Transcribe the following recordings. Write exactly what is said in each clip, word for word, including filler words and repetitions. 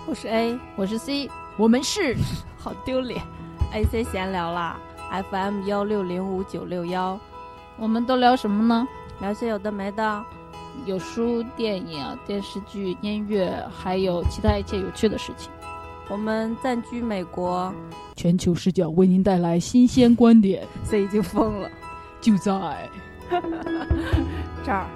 我是 A， 我是 C， 我们是好丢脸 A C 闲聊啦 F M 幺六零五九六幺， 我们都聊什么呢？ 聊些有的没的， 有书、电影、电视剧、音乐，还有其他一切有趣的事情。 我们暂居美国， 全球视角为您带来新鲜观点。 C 已经疯了， 就在这儿。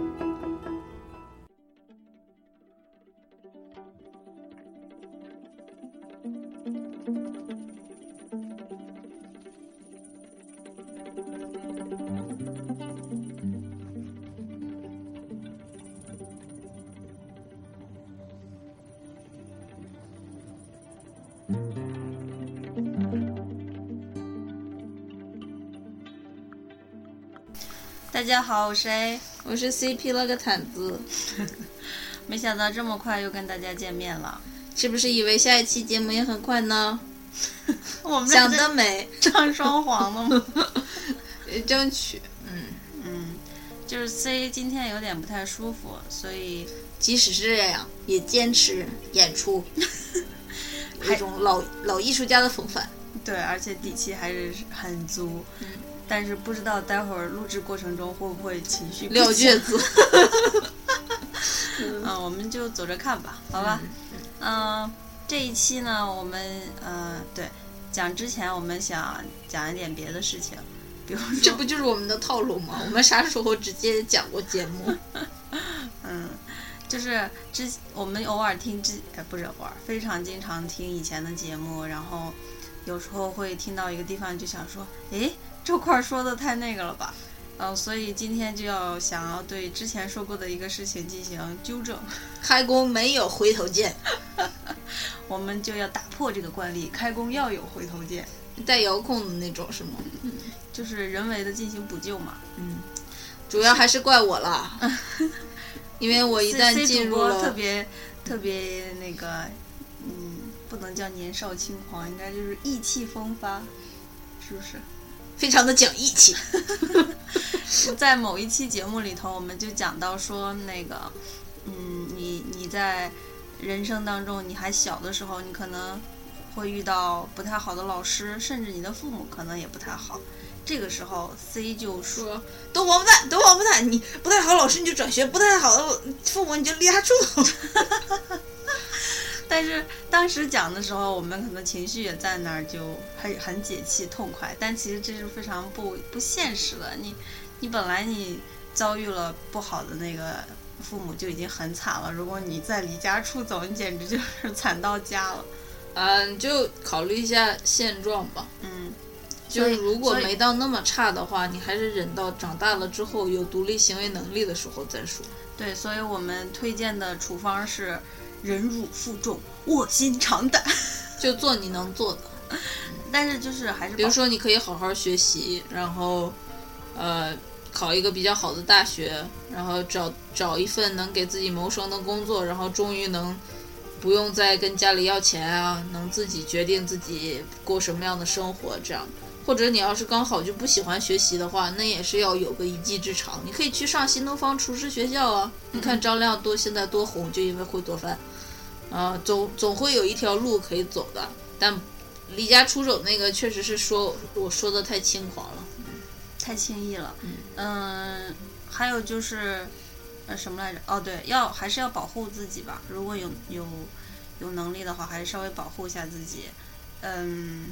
大家好，我是 A， 我是 C， 披了个毯子。 没想到这么快又跟大家见面了， 是不是以为下一期节目也很快呢？ 我们想得美， 唱双簧了吗？ 争取，嗯嗯，就是 C 今天有点不太舒服，所以即使是这样，也坚持演出，有一种老老艺术家的风范。 对，而且底气还是很足。嗯。但是不知道待会儿录制过程中会不会情绪撂蹶子。 嗯、呃，我们就走着看吧，好吧。嗯、呃，这一期呢，我们呃，对，讲之前我们想讲一点别的事情，比如说， 这不就是我们的套路吗？我们啥时候直接讲过节目？ 嗯，就是之我们偶尔听之，呃，不是偶尔，非常经常听以前的节目，然后有时候会听到一个地方就想说，诶。这块说的太那个了吧，呃，所以今天就要想要对之前说过的一个事情进行纠正。 开工没有回头箭， 我们就要打破这个惯例，开工要有回头箭， 带遥控的那种是吗？ 嗯，就是人为的进行补救嘛。 嗯，主要还是怪我啦，因为我一旦进入了特别特别那个，嗯，不能叫年少轻狂，应该就是意气风发，是不是？ 非常的讲义气。 在某一期节目里头，我们就讲到说，那个，嗯，你你在人生当中，你还小的时候，你可能会遇到不太好的老师，甚至你的父母可能也不太好。这个时候 ，C 就说：“ 都王八蛋，都王八蛋！你不太好，老师你就转学；不太好的父母你就离家出走。” 但是当时讲的时候，我们可能情绪也在那儿，就很很解气痛快。但其实这是非常不不现实的。你你本来你遭遇了不好的那个父母就已经很惨了，如果你再离家出走，你简直就是惨到家了。 嗯，就考虑一下现状吧。 嗯， 就是如果没到那么差的话，你还是忍到长大了之后有独立行为能力的时候再说。 对，所以我们推荐的处方是。忍辱负重，卧薪尝胆， 就做你能做的。 但是就是还是， 比如说你可以好好学习，然后，呃，考一个比较好的大学，然后找找一份能给自己谋生的工作，然后终于能不用再跟家里要钱啊，能自己决定自己过什么样的生活，这样。或者你要是刚好就不喜欢学习的话，那也是要有个一技之长。你可以去上新东方厨师学校啊，你看张亮多现在多红，就因为会做饭。啊、呃，总总会有一条路可以走的，但离家出走那个确实是说我说的太轻狂了， 嗯、太轻易了。 嗯、 呃，还有就是呃什么来着？哦，对，要还是要保护自己吧。如果有有有能力的话，还是稍微保护一下自己。嗯，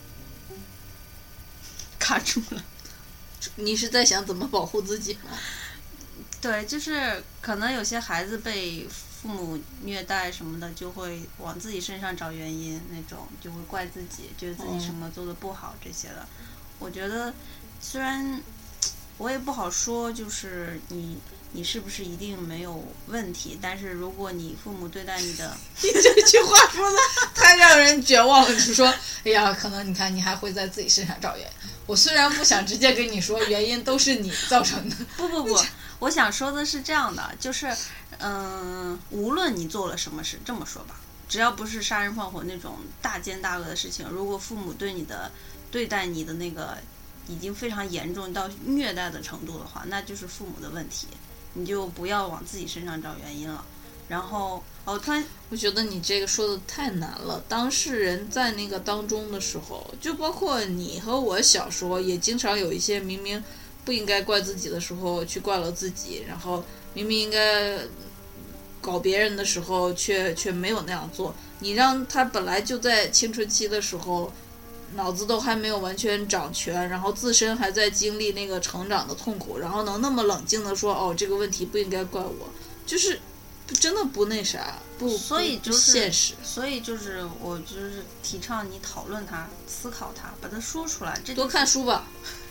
卡住了。 你是在想怎么保护自己吗？ 对，就是可能有些孩子被父母虐待什么的，就会往自己身上找原因，那种就会怪自己，觉得自己什么做的不好这些的。我觉得虽然我也不好说，就是你你是不是一定没有问题，但是如果你父母对待你的， 你这句话说的太让人绝望了。就是说，哎呀，可能你看你还会在自己身上找原因。我虽然不想直接跟你说原因都是你造成的， 不不不，我想说的是这样的，就是嗯、呃，无论你做了什么事，这么说吧，只要不是杀人放火那种大奸大恶的事情，如果父母对你的对待你的那个已经非常严重到虐待的程度的话，那就是父母的问题，你就不要往自己身上找原因了。 然后哦，突然我觉得你这个说的太难了。当事人在那个当中的时候，就包括你和我小时候，也经常有一些明明不应该怪自己的时候去怪了自己，然后明明应该搞别人的时候却却没有那样做。你让他本来就在青春期的时候脑子都还没有完全长全，然后自身还在经历那个成长的痛苦，然后能那么冷静的说，哦，这个问题不应该怪我，就是真的不那啥，不所以就是不现实。 所以就是我就是提倡你讨论它，思考它，把它说出来。这、就是、 多看书吧。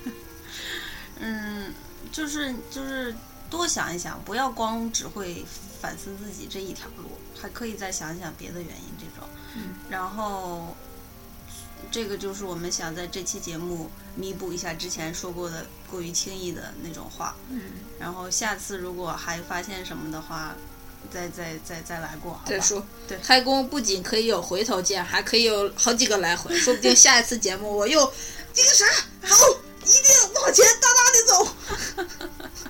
嗯，就是就是多想一想，不要光只会反思自己这一条路，还可以再想一想别的原因这种。 嗯， 然后这个就是我们想在这期节目弥补一下之前说过的过于轻易的那种话。 嗯， 然后下次如果还发现什么的话，再再再再来过，好吧？ 再说。 对， 开工不仅可以有回头箭，还可以有好几个来回，说不定下一次节目我又这个啥，走，一定往前大大的走。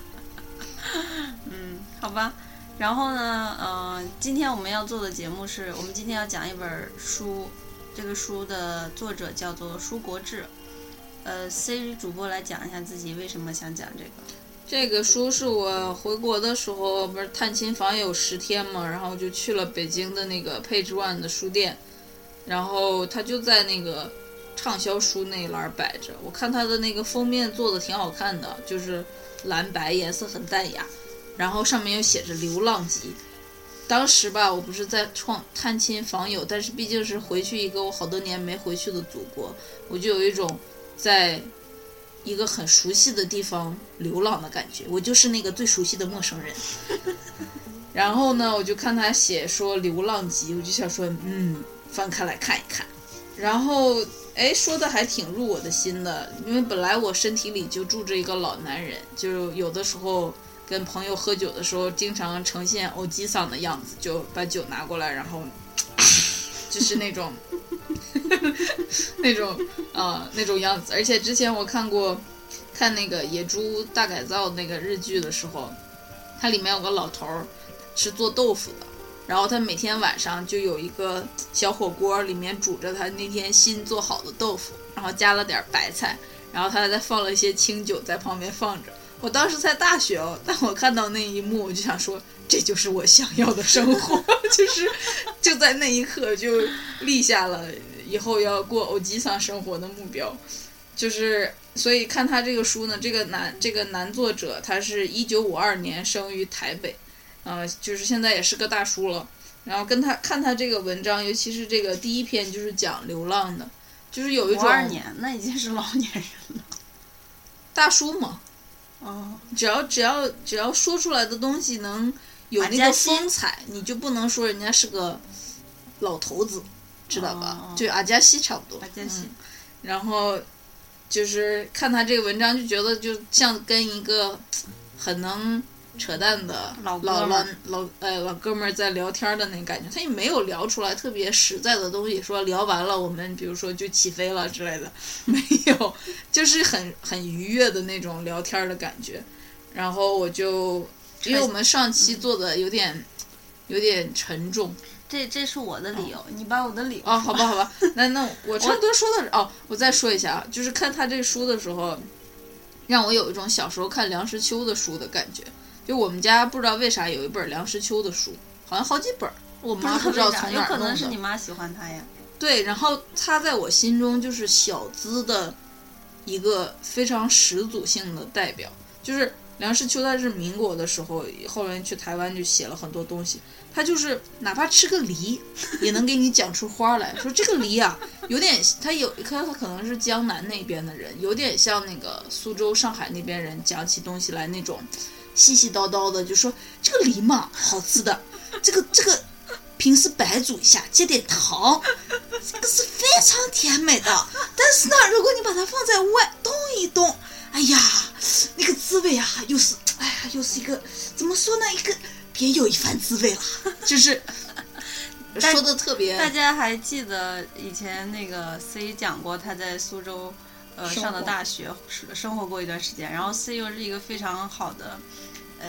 嗯，好吧。然后呢，呃，今天我们要做的节目是我们今天要讲一本书，这个书的作者叫做舒国治。呃 ，C 主播来讲一下自己为什么想讲这个。 这个书是我回国的时候，不是探亲访友十天嘛，然后就去了北京的那个 Page One 的书店，然后他就在那个畅销书那一栏摆着。我看他的那个封面做的挺好看的，就是蓝白颜色很淡雅，然后上面又写着《流浪集》。当时吧，我不是在创探亲访友，但是毕竟是回去一个我好多年没回去的祖国，我就有一种在一个很熟悉的地方流浪的感觉，我就是那个最熟悉的陌生人。然后呢，我就看他写说《流浪集》，我就想说，嗯，翻开来看一看。然后，哎，说的还挺入我的心的，因为本来我身体里就住着一个老男人，就有的时候跟朋友喝酒的时候，经常呈现欧吉桑的样子，就把酒拿过来，然后就是那种那种啊、呃、那种样子。而且之前我看过看那个野猪大改造那个日剧的时候，它里面有个老头儿是做豆腐的，然后他每天晚上就有一个小火锅，里面煮着他那天新做好的豆腐，然后加了点白菜，然后他再放了一些清酒在旁边放着。我当时才大学哦，但我看到那一幕，我就想说，这就是我想要的生活，就是就在那一刻就立下了以后要过欧吉桑生活的目标。就是所以看他这个书呢，这个男这个男作者他是一九五二年生于台北，呃，就是现在也是个大叔了。然后跟他看他这个文章，尤其是这个第一篇就是讲流浪的，就是有一种五二年那已经是老年人了， 大叔嘛。 哦， 只要只要只要说出来的东西能有那个风采，你就不能说人家是个老头子，知道吧？ 哦、 就阿加西差不多。 阿加西、 嗯，然后就是看他这个文章，就觉得就像跟一个很能扯淡的老老老老呃老哥们儿在聊天的那感觉，他也没有聊出来特别实在的东西，说聊完了我们比如说就起飞了之类的，没有，就是很很愉悦的那种聊天的感觉。然后我就因为我们上期做的有点、嗯、有点沉重， 这这是我的理由，哦、你把我的理由哦，好吧好吧，那那我差不多说到这哦，我再说一下啊，就是看他这书的时候，让我有一种小时候看梁实秋的书的感觉。就我们家不知道为啥有一本梁实秋的书，好像好几本，我妈不知道从哪儿弄的。 有可能是你妈喜欢他呀。 对，然后他在我心中就是小资的一个非常始祖性的代表。就是梁实秋他是民国的时候，后来去台湾就写了很多东西，他就是哪怕吃个梨也能给你讲出花来，说这个梨啊有点，他有他他可能是江南那边的人，有点像那个苏州上海那边人讲起东西来那种细细叨叨的，就说这个梨嘛好吃的，这个这个平时白煮一下，加点糖，这个是非常甜美的。但是呢，如果你把它放在外动一动，哎呀，那个滋味啊，又是哎呀，又是一个怎么说呢，一个别有一番滋味了，就是说的特别。 大家还记得以前那个 C 讲过他在苏州呃上的大学，生活过一段时间，然后 C 又是一个非常好的呃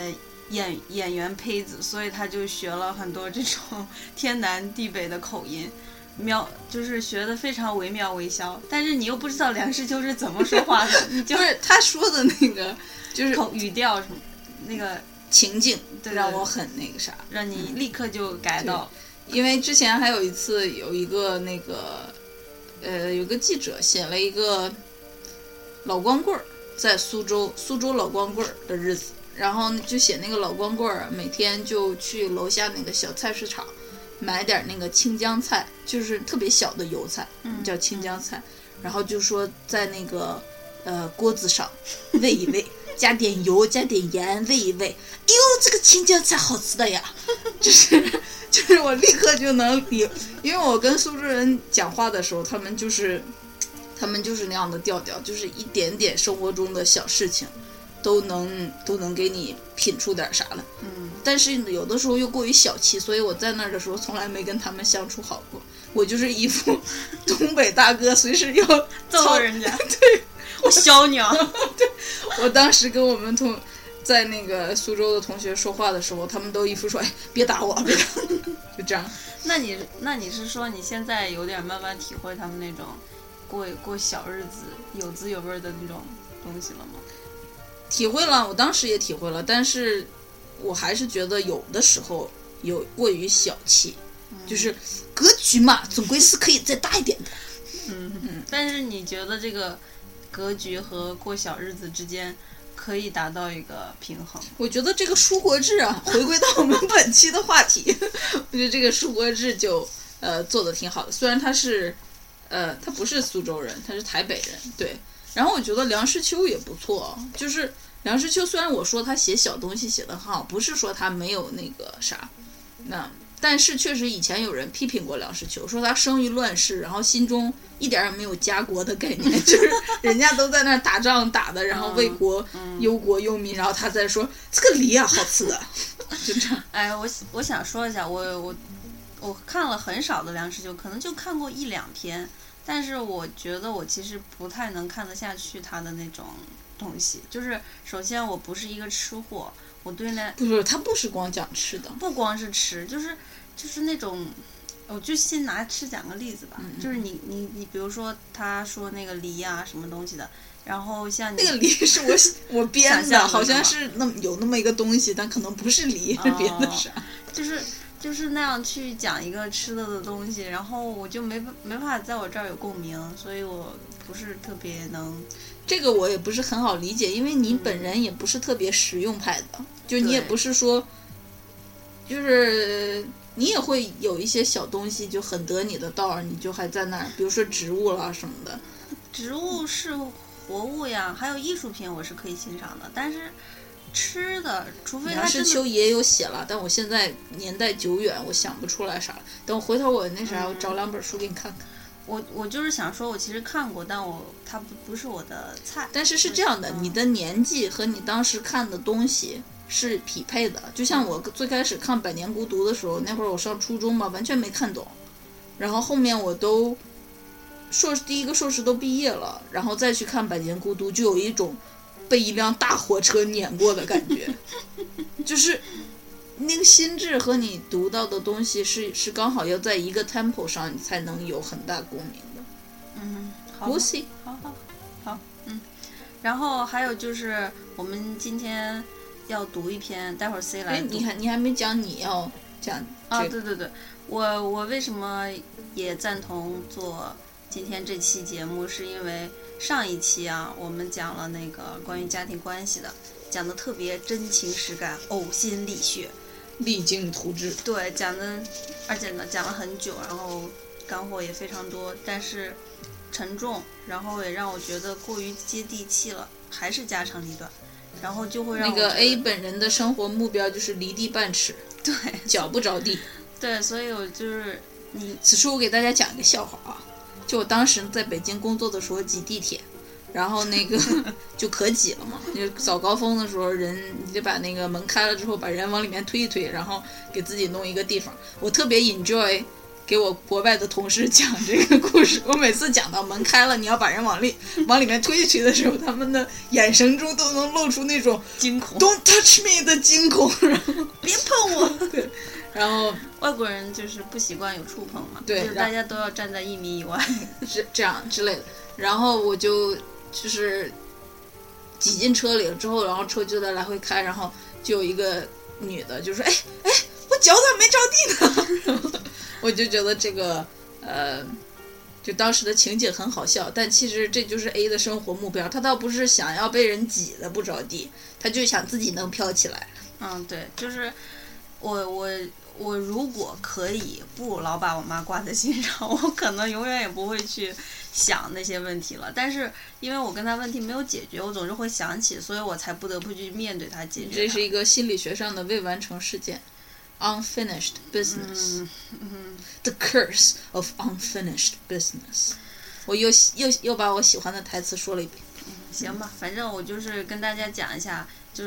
演演员胚子，所以他就学了很多这种天南地北的口音，妙就是学的非常惟妙惟肖。但是你又不知道梁实秋是怎么说话的，你就就是他说的那个就是口语调什么那个情境， 对让我很那个啥， 让你立刻就改到。 因为之前还有一次有一个那个呃有个记者写了一个老光棍儿在苏州苏州老光棍儿的日子，然后就写那个老光棍儿每天就去楼下那个小菜市场买点那个青江菜，就是特别小的油菜， 嗯、 叫青江菜，然后就说在那个呃锅子上煨一煨，加点油加点盐煨一煨，哎呦这个青江菜好吃的呀，就是就是我立刻就能理，因为我跟苏州人讲话的时候，他们就是他们就是那样的调调，就是一点点生活中的小事情都能都能给你品出点啥来。 嗯， 但是有的时候又过于小气，所以我在那儿的时候从来没跟他们相处好过。我就是一副东北大哥，随时要揍人家。 对， 我小鸟。 对，我当时跟我们同在那个苏州的同学说话的时候，他们都一副说：“哎，别打我，别打我。”就这样。 那你那你是说你现在有点慢慢体会他们那种过过小日子有滋有味的那种东西了吗？ 体会了，我当时也体会了，但是我还是觉得有的时候有过于小气，嗯、就是格局嘛，总归是可以再大一点的。 嗯嗯。但是你觉得这个格局和过小日子之间可以达到一个平衡？ 我觉得这个舒国志啊，回归到我们本期的话题，我觉得这个舒国志就呃做的挺好的，虽然他是呃他不是苏州人，他是台北人，对。然后我觉得梁实秋也不错，就是梁实秋虽然我说他写小东西写得很好，不是说他没有那个啥，那但是确实以前有人批评过梁实秋，说他生于乱世，然后心中一点也没有家国的概念，就是人家都在那打仗打的，然后为国忧国忧民，然后他在说这个梨啊好吃的，就这样。 哎，我我想说一下，我我我看了很少的梁实秋，可能就看过一两篇。但是我觉得我其实不太能看得下去他的那种东西，就是首先我不是一个吃货，我对那不是他不是光讲吃的， 不光是吃，就是就是那种，我就先拿吃讲个例子吧， 嗯、 就是你你你比如说他说那个梨啊什么东西的，然后像你那个梨是我我编的，好像是那么有那么一个东西，但可能不是梨，是别的啥， 就是。就是那样去讲一个吃的的东西，然后我就没没办法在我这儿有共鸣，所以我不是特别能。 这个我也不是很好理解，因为你本人也不是特别实用派的，嗯、就你也不是说，就是你也会有一些小东西就很得你的道儿，你就还在那儿，比如说植物啦什么的。 植物是活物呀，还有艺术品我是可以欣赏的，但是。吃的，除非梁实秋也有写了，但我现在年代久远，我想不出来啥了。等我回头我那啥，嗯、我找两本书给你看看。 我我就是想说，我其实看过，但我它不不是我的菜。 但是是这样的，嗯、你的年纪和你当时看的东西是匹配的。就像我最开始看《百年孤独》的时候，那会儿我上初中嘛，完全没看懂。然后后面我都硕士第一个硕士都毕业了，然后再去看《百年孤独》，就有一种。被一辆大火车碾过的感觉，就是那个心智和你读到的东西是是刚好要在一个 tempo 上，你才能有很大共鸣的。 嗯，好， 不行， 好好好，嗯。然后还有就是我们今天要读一篇，待会儿 C 来读。 你还你还没讲你要讲、这个、 啊？对对对，我我为什么也赞同做今天这期节目，是因为。上一期啊，我们讲了那个关于家庭关系的，讲的特别真情实感、呕心沥血、 励精图治。 对，讲的，而且呢讲了很久，然后干货也非常多，但是沉重，然后也让我觉得过于接地气了，还是家长里短，然后就会让我那个 A 本人的生活目标就是离地半尺， 对， 脚不着地。 对，所以我就是你。 此处我给大家讲一个笑话啊。就我当时在北京工作的时候挤地铁，然后那个就可挤了嘛，就早高峰的时候人你得把那个门开了之后把人往里面推一推，然后给自己弄一个地方。我特别 enjoy 给我国外的同事讲这个故事，我每次讲到门开了，你要把人往里往里面推进去的时候，他们的眼神中都能露出那种惊恐 "Don't touch me" 的惊恐，然后别碰我。 对，然后外国人就是不习惯有触碰嘛， 对， 就是大家都要站在一米以外， 这这样之类的。然后我就就是挤进车里了之后，然后车就在来回开，然后就有一个女的就说：“哎哎，我脚咋没着地呢？”然后我就觉得这个呃，就当时的情景很好笑，但其实这就是 A 的生活目标，他倒不是想要被人挤的不着地，他就想自己能飘起来。 嗯，对，就是我我我如果可以不老把我妈挂在心上，我可能永远也不会去想那些问题了。但是因为我跟她问题没有解决，我总是会想起，所以我才不得不去面对它，解决它。 这是一个心理学上的未完成事件。Unfinished business、 嗯嗯、 The curse of unfinished business。 我又又又把我喜欢的台词说了一遍。 行吧，反正我就是跟大家讲一下，就是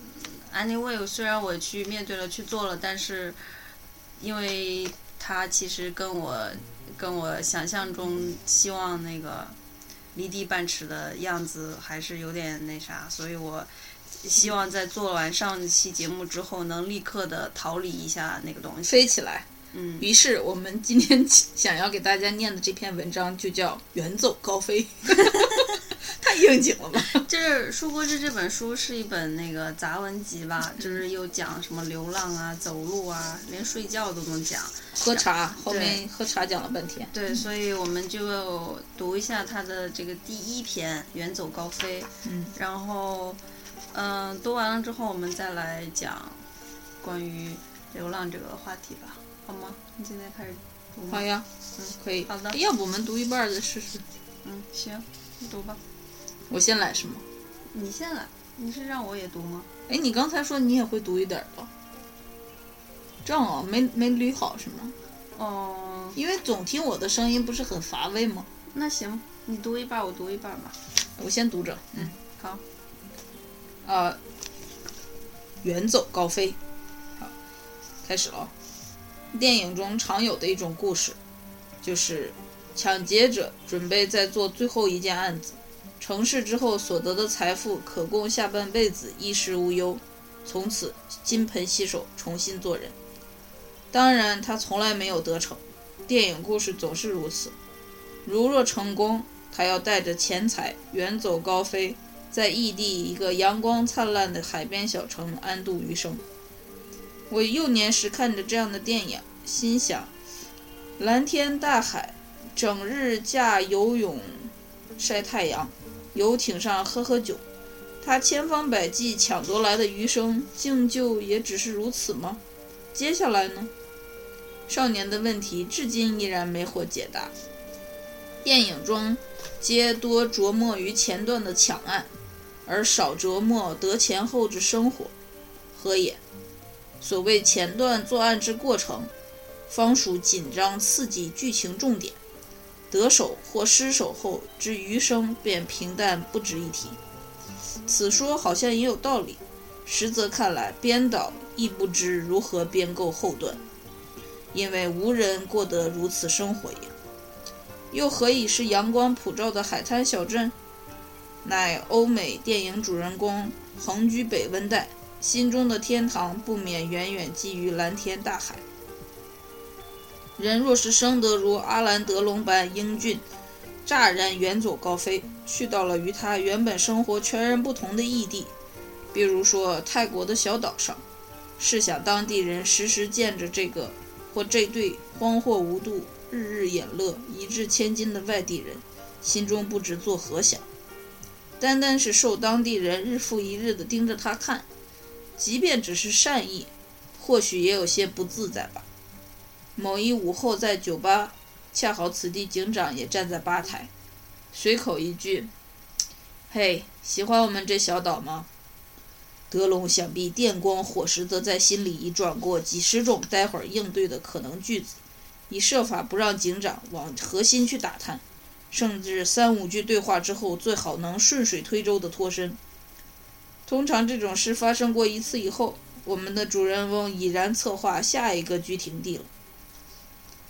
anyway 虽然我去面对了去做了，但是因为他其实跟我跟我想象中希望那个离地半尺的样子还是有点那啥，所以我希望在做完上期节目之后能立刻的逃离一下那个东西， 飞起来。 嗯， 于是我们今天想要给大家念的这篇文章就叫远走高飞。太应景了吧。 就是《树国志》这本书是一本那个杂文集吧，就是又讲什么流浪啊、走路啊，连睡觉都能讲。 喝茶，后面喝茶讲了半天。 对，所以我们就读一下它的这个第一篇《远走高飞》。 嗯， 然后，嗯、呃，读完了之后，我们再来讲关于流浪这个话题吧，好吗？你现在开始读吗？ 好呀， 嗯， 可以。 好的。 要不我们读一半再试试？ 嗯，行，你读吧。 我先来是吗？ 你先来，你是让我也读吗？ 哎，你刚才说你也会读一点的，这样啊，没没捋好是吗？ 哦， 因为总听我的声音不是很乏味吗？ 那行，你读一半，我读一半吧。 我先读着。 嗯，好。 呃，远走高飞。好，开始了。电影中常有的一种故事，就是抢劫者准备在做最后一件案子，成事之后所得的财富可供下半辈子衣食无忧，从此金盆洗手，重新做人。当然他从来没有得逞，电影故事总是如此。如若成功，他要带着钱财远走高飞，在异地一个阳光灿烂的海边小城安度余生。我幼年时看着这样的电影，心想蓝天大海，整日驾游泳晒太阳，游艇上喝喝酒，他千方百计抢夺来的余生，竟就也只是如此吗？接下来呢？少年的问题至今依然没获解答。电影中皆多琢磨于前段的抢案，而少琢磨得钱后之生活，何也？所谓前段作案之过程，方属紧张刺激剧情重点，得手或失手后之余生便平淡不值一提。此说好像也有道理，实则看来编导亦不知如何编构后段，因为无人过得如此生活也。又何以是阳光普照的海滩小镇？乃欧美电影主人公横居北温带，心中的天堂不免远远基于蓝天大海。人若是生得如阿兰德龙般英俊，乍然远走高飞，去到了与他原本生活全然不同的异地，比如说泰国的小岛上，试想当地人时时见着这个或这对荒惑无度、日日眼乐、一掷千金的外地人，心中不知作何想。单单是受当地人日复一日地盯着他看，即便只是善意，或许也有些不自在吧。某一午后在酒吧，恰好此地警长也站在吧台，随口一句：“嘿，喜欢我们这小岛吗？”德龙想必电光火石地在心里已转过几十种待会儿应对的可能句子，以设法不让警长往核心去打探，甚至三五句对话之后最好能顺水推舟地脱身。通常这种事发生过一次以后，我们的主人翁已然策划下一个居停地了。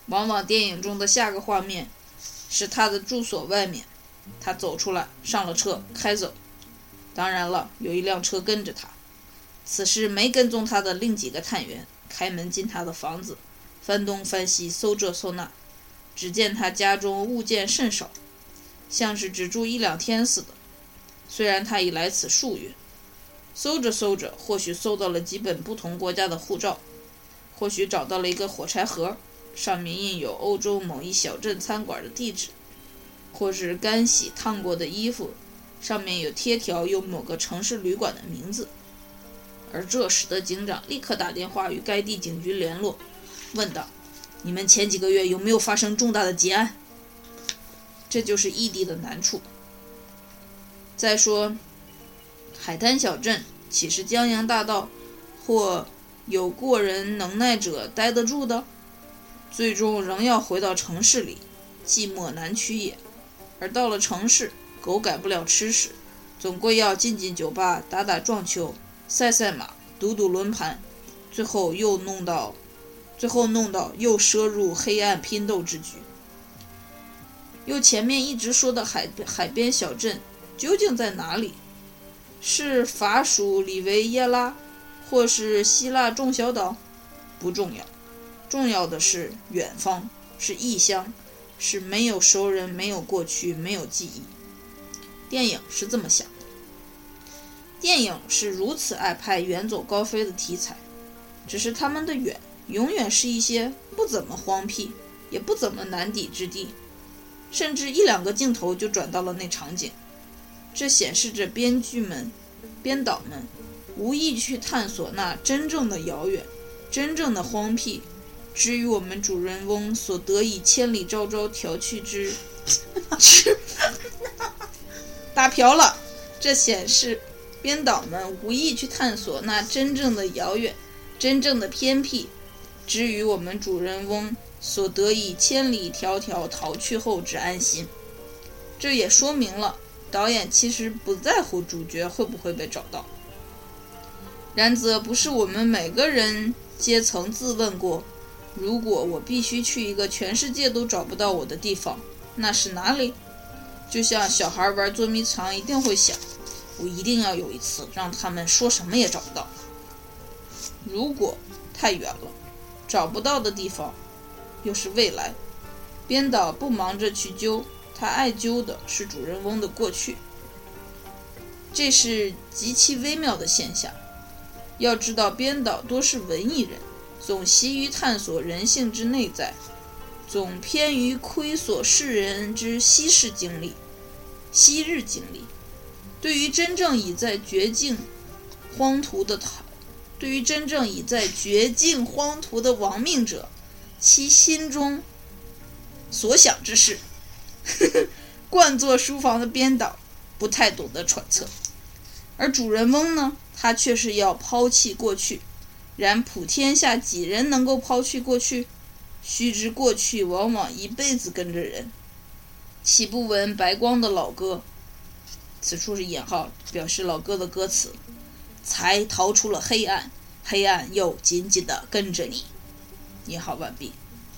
往往电影中的下个画面是他的住所外面，他走出来，上了车，开走。当然了，有一辆车跟着他。此时没跟踪他的另几个探员开门进他的房子，翻东翻西，搜这搜那。只见他家中物件甚少，像是只住一两天似的。虽然他已来此数月，搜着搜着，或许搜到了几本不同国家的护照，或许找到了一个火柴盒，上面印有欧洲某一小镇餐馆的地址，或是干洗烫过的衣服，上面有贴条有某个城市旅馆的名字。而这使得警长立刻打电话与该地警局联络，问道：你们前几个月有没有发生重大的劫案？这就是异地的难处。再说，海滩小镇岂是江洋大盗或有过人能耐者待得住的？最终仍要回到城市里，寂寞难驱也。而到了城市，狗改不了吃屎，总归要进进酒吧，打打撞球，赛赛马，赌赌轮盘，最后又弄到最后弄到又涉入黑暗拼斗之局。又前面一直说的海海边小镇究竟在哪里？是法属里维耶拉，或是希腊众小岛？不重要，重要的是远方，是异乡，是没有熟人，没有过去，没有记忆。电影是这么想的，电影是如此爱拍远走高飞的题材，只是他们的远永远是一些不怎么荒僻，也不怎么难抵之地，甚至一两个镜头就转到了那场景。这显示着编剧们、编导们无意去探索那真正的遥远、真正的荒僻，至于我们主人翁所得以千里昭昭调去之之打瓢了。这显示编导们无意去探索那真正的遥远、真正的偏僻，至于我们主人翁所得以千里迢迢逃去后之安心。这也说明了导演其实不在乎主角会不会被找到。然则不是我们每个人皆曾自问过，如果我必须去一个全世界都找不到我的地方，那是哪里？就像小孩玩捉迷藏一定会想，我一定要有一次让他们说什么也找不到。如果太远了，找不到的地方又是未来，编导不忙着去揪，他爱揪的是主人翁的过去。这是极其微妙的现象。要知道，编导多是文艺人，总习于探索人性之内在，总偏于窥索世人之昔世经历、昔日经历。对于真正已在绝境荒途的对于真正已在绝境荒途的亡命者，其心中所想之事，呵呵，惯坐书房的编导不太懂得揣测。而主人翁呢，他却是要抛弃过去。然普天下几人能够抛弃过去？须知过去往往一辈子跟着人。岂不闻白光的老歌，此处是引号，表示老歌的歌词，才逃出了黑暗，黑暗又紧紧地跟着你。引号完毕。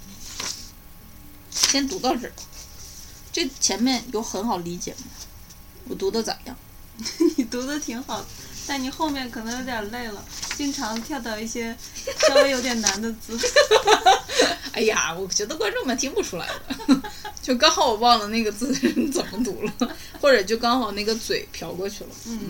先读到这儿。这前面有很好理解吗？我读的咋样？ 你读的挺好，但你后面可能有点累了，经常跳到一些稍微有点难的字。 哎呀，我觉得观众们听不出来的，就刚好我忘了那个字怎么读了，或者就刚好那个嘴飘过去了。嗯，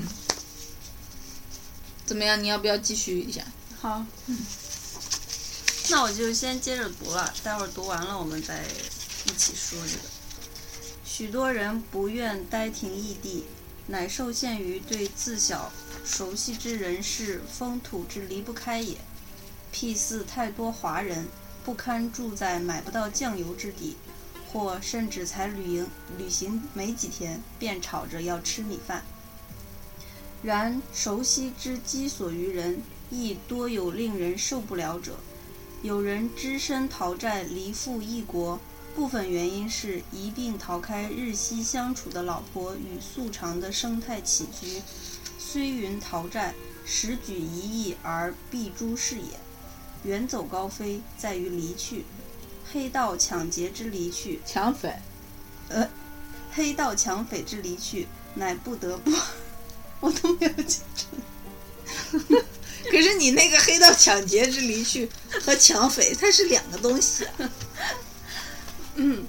怎么样？你要不要继续一下？ 好，嗯，那我就先接着读了，待会儿读完了我们再一起说这个。许多人不愿呆停异地，乃受限于对自小熟悉之人事风土之离不开也。譬似太多华人不堪住在买不到酱油之地，或甚至才旅行旅行没几天，便吵着要吃米饭。然熟悉之饥所于人，亦多有令人受不了者。有人只身逃债离父异国，部分原因是一并逃开日夕相处的老婆与素常的生态起居，虽云逃债，实举一役而必诸是也。远走高飞在于离去， 黑道抢劫之离去， 抢匪， 呃，黑道抢匪之离去，乃不得不，我都没有记住。 可是你那个黑道抢劫之离去和抢匪，它是两个东西、啊。 嗯，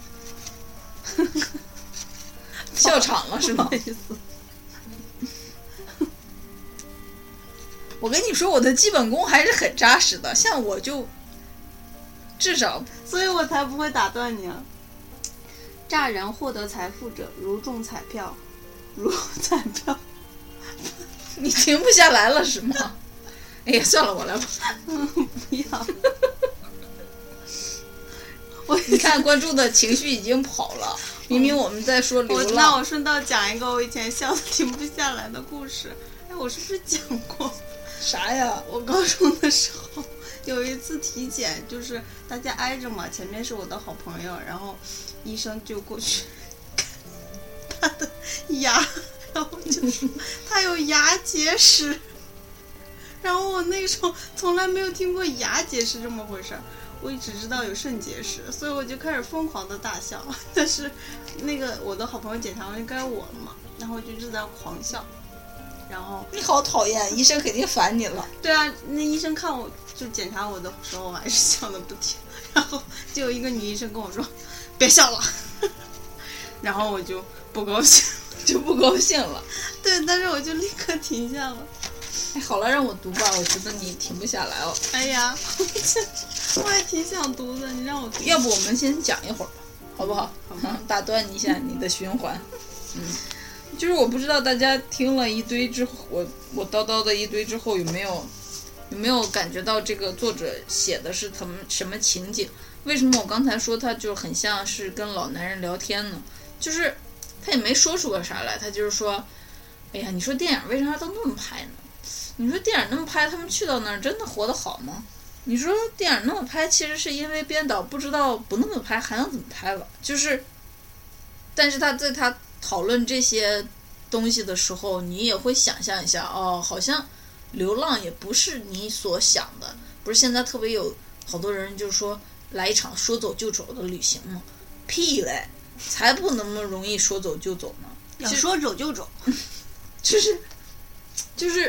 笑场了是吗？我跟你说，我的基本功还是很扎实的，像我就至少， 所以我才不会打断你啊。诈人获得财富者，如中彩票，如彩票。 你停不下来了是吗？哎呀，算了，我来吧。 嗯，不要。 我你看，观众的情绪已经跑了。明明我们在说流浪。 我那我顺道讲一个我以前笑得停不下来的故事。哎，我是不是讲过？ 啥呀？ 我高中的时候有一次体检，就是大家挨着嘛，前面是我的好朋友，然后医生就过去看他的牙，然后就说他有牙结石。然后我那时候从来没有听过牙结石这么回事儿，我只知道有肾结石，所以我就开始疯狂的大笑。但是那个我的好朋友检查完就该我了嘛，然后就一直在狂笑。然后你好讨厌，医生肯定烦你了。 对啊，那医生看我就检查我的时候，我还是笑得不停。然后就有一个女医生跟我说：“别笑了。”然后我就不高兴， 就不高兴了。 对，但是我就立刻停下了。 哎，好了，让我读吧，我觉得你停不下来哦。 哎呀，我还挺想读的，你让我读。 要不我们先讲一会儿吧，好不好？ 好吧， 打断一下你的循环。嗯。就是我不知道大家听了一堆之后，我我叨叨的一堆之后，有没有有没有感觉到这个作者写的是什么什么情景？为什么我刚才说他就很像是跟老男人聊天呢？就是他也没说出个啥来，他就是说，哎呀，你说电影为啥都那么拍呢？你说电影那么拍，他们去到那儿真的活得好吗？你说电影那么拍，其实是因为编导不知道不那么拍还能怎么拍了，就是，但是他在他讨论这些东西的时候，你也会想象一下，哦，好像流浪也不是你所想的。不是现在特别有好多人就说来一场说走就走的旅行吗？屁嘞，才不那么容易说走就走呢。 要说走就走， 就是就是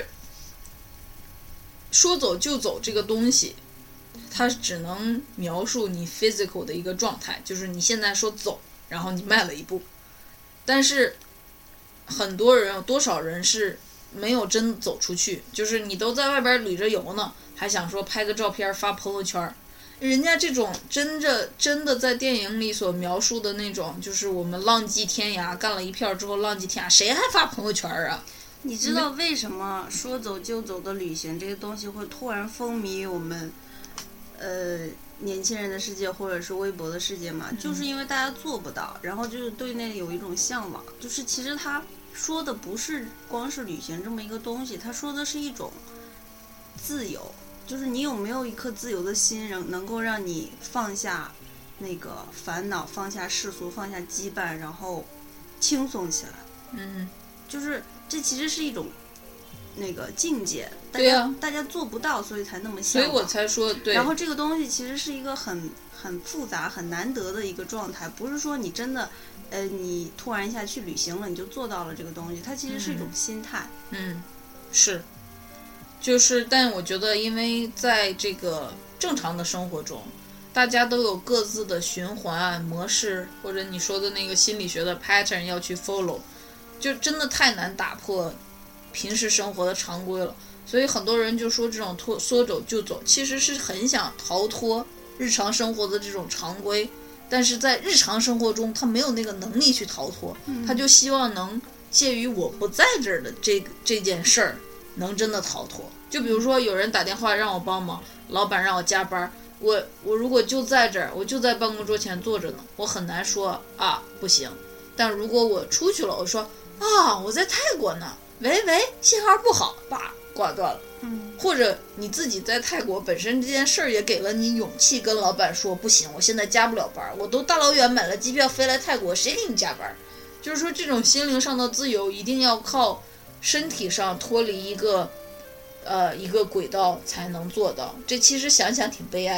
说走就走这个东西，它只能描述你 physical 的一个状态，就是你现在说走，然后你迈了一步。但是很多人有多少人是没有真走出去，就是你都在外边旅着游呢，还想说拍个照片发朋友圈。人家这种真的真的在电影里所描述的那种，就是我们浪迹天涯，干了一票之后浪迹天涯，谁还发朋友圈啊？ 你知道为什么说走就走的旅行这个东西会突然风靡我们呃年轻人的世界或者是微博的世界嘛？嗯、就是因为大家做不到，然后就是对那有一种向往。就是其实他说的不是光是旅行这么一个东西，他说的是一种自由，就是你有没有一颗自由的心，能能够让你放下那个烦恼，放下世俗，放下羁绊，然后轻松起来。 嗯， 就是这其实是一种那个境界，大家对啊， 大家做不到，所以才那么向所以往。 我才说对。 然后这个东西其实是一个很很复杂、很难得的一个状态，不是说你真的，呃，你突然一下去旅行了，你就做到了这个东西，它其实是一种心态。 嗯，嗯是，就是，但我觉得，因为在这个正常的生活中，大家都有各自的循环模式，或者你说的那个心理学的 pattern 要去 follow， 就真的太难打破平时生活的常规了。所以很多人就说这种脱说走就走，其实是很想逃脱日常生活的这种常规，但是在日常生活中他没有那个能力去逃脱，他就希望能介于我不在这儿的这个这件事儿能真的逃脱。就比如说有人打电话让我帮忙，老板让我加班，我我如果就在这儿，我就在办公桌前坐着呢，我很难说啊不行。但如果我出去了，我说啊我在泰国呢，喂喂信号不好，叭挂断了。 嗯， 或者你自己在泰国本身这件事儿也给了你勇气，跟老板说不行，我现在加不了班，我都大老远买了机票飞来泰国，谁给你加班？就是说这种心灵上的自由一定要靠身体上脱离一个呃一个轨道才能做到，这其实想想挺悲哀的。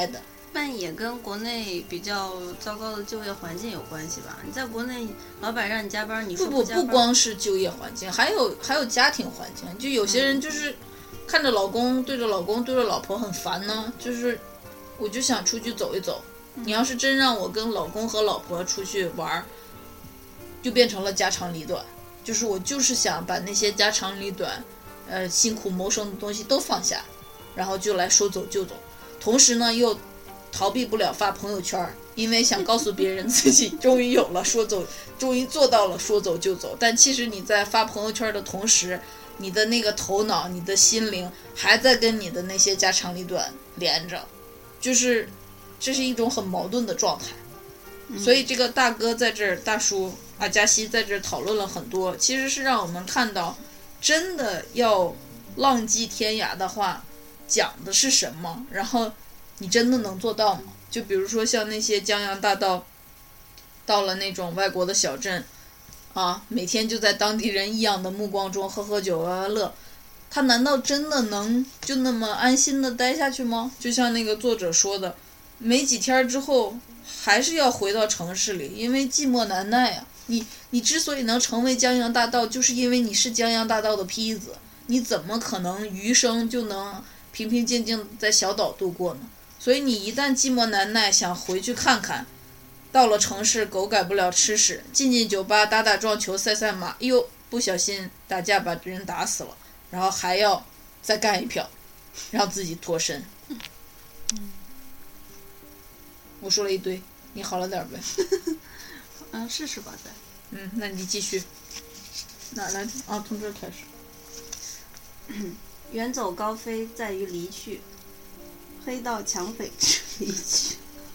但也跟国内比较糟糕的就业环境有关系吧。你在国内，老板让你加班，你说不不加班不光是就业环境，还有还有家庭环境。就有些人就是看着老公对着老公对着老婆很烦呢，就是我就想出去走一走。你要是真让我跟老公和老婆出去玩，就变成了家长里短。就是我就是想把那些家长里短，呃，辛苦谋生的东西都放下，然后就来说走就走。同时呢，又逃避不了发朋友圈，因为想告诉别人自己终于有了说走，终于做到了说走就走。但其实你在发朋友圈的同时，你的那个头脑、你的心灵还在跟你的那些家长里短连着，就是这是一种很矛盾的状态。所以这个大哥在这儿，大叔阿加西在这儿讨论了很多，其实是让我们看到，真的要浪迹天涯的话，讲的是什么，然后你真的能做到吗？就比如说像那些江洋大盗，到了那种外国的小镇啊，每天就在当地人异样的目光中喝喝酒玩玩乐，他难道真的能就那么安心的待下去吗？就像那个作者说的，没几天之后还是要回到城市里，因为寂寞难耐啊。你你之所以能成为江洋大盗，就是因为你是江洋大盗的坯子，你怎么可能余生就能平平静静在小岛度过呢？所以你一旦寂寞难耐，想回去看看，到了城市狗改不了吃屎，进进酒吧打打撞球赛赛马，哟，不小心打架把人打死了，然后还要再干一票，让自己脱身。我说了一堆，你好了点呗？ 嗯，试试吧，再。 嗯，那你继续。哪来的？啊，从这儿开始。 远走高飞在于离去，黑道抢匪之离去。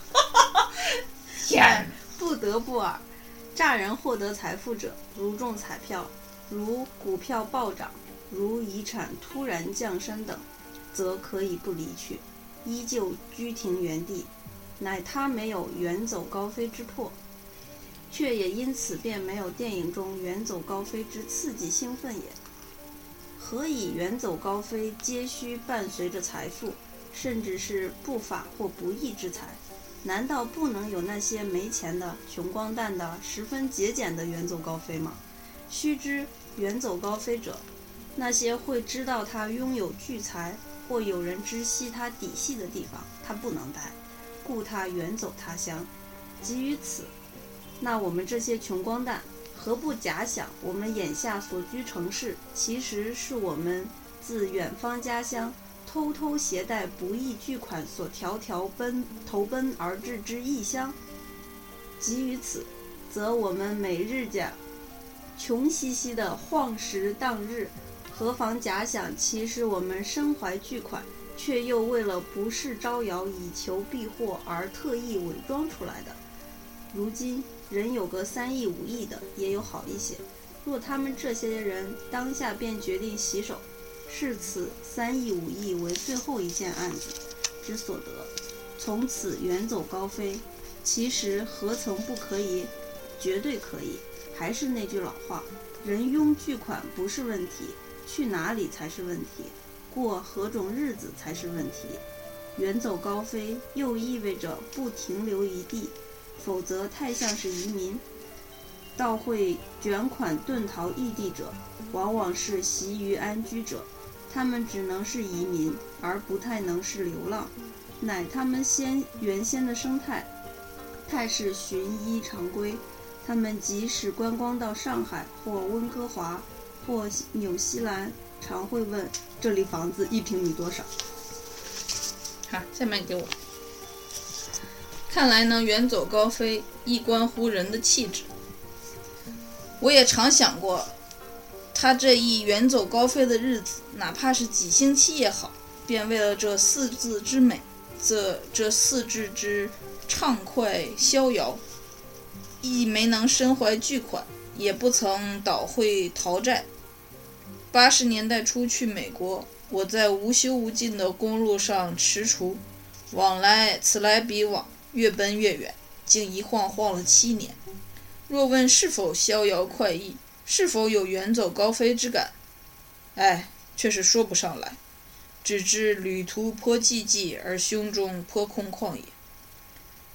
天， 不得不尔，诈人获得财富者，如中彩票，如股票暴涨，如遗产突然降生等，则可以不离去，依旧居停原地，乃他没有远走高飞之魄，却也因此便没有电影中远走高飞之刺激兴奋也。何以远走高飞皆需伴随着财富，甚至是不法或不义之财？难道不能有那些没钱的、穷光蛋的、十分节俭的远走高飞吗？须知远走高飞者，那些会知道他拥有巨财，或有人知悉他底细的地方，他不能待，故他远走他乡。基于此，那我们这些穷光蛋何不假想，我们眼下所居城市，其实是我们自远方家乡偷偷携带不义巨款所迢迢奔投奔而至之异乡。基于此，则我们每日家穷兮兮的晃时当日，何妨假想，其实我们身怀巨款，却又为了不世招摇，以求避祸而特意伪装出来的。如今人有个三亿五亿的也有好一些，若他们这些人当下便决定洗手，视此三亿五亿为最后一件案子之所得，从此远走高飞，其实何曾不可以？绝对可以。还是那句老话，人拥巨款不是问题，去哪里才是问题，过何种日子才是问题。远走高飞又意味着不停留一地，否则太像是移民。到会卷款遁逃异地者，往往是习于安居者，他们只能是移民，而不太能是流浪，乃他们先原先的生态态是循依常规。他们即使观光到上海或温哥华或纽西兰，常会问这里房子一平米多少。 好，下面给我。看来呢，远走高飞亦关乎人的气质。我也常想过，他这一远走高飞的日子，哪怕是几星期也好，便为了这四字之美，这这四字之畅快逍遥，亦没能身怀巨款，也不曾倒会逃债。八十年代初去美国，我在无休无尽的公路上踟蹰，往来此来彼往，越奔越远，竟一晃晃了七年。若问是否逍遥快意，是否有远走高飞之感，哎，却是说不上来。只知旅途颇寂寂，而胸中颇空旷也。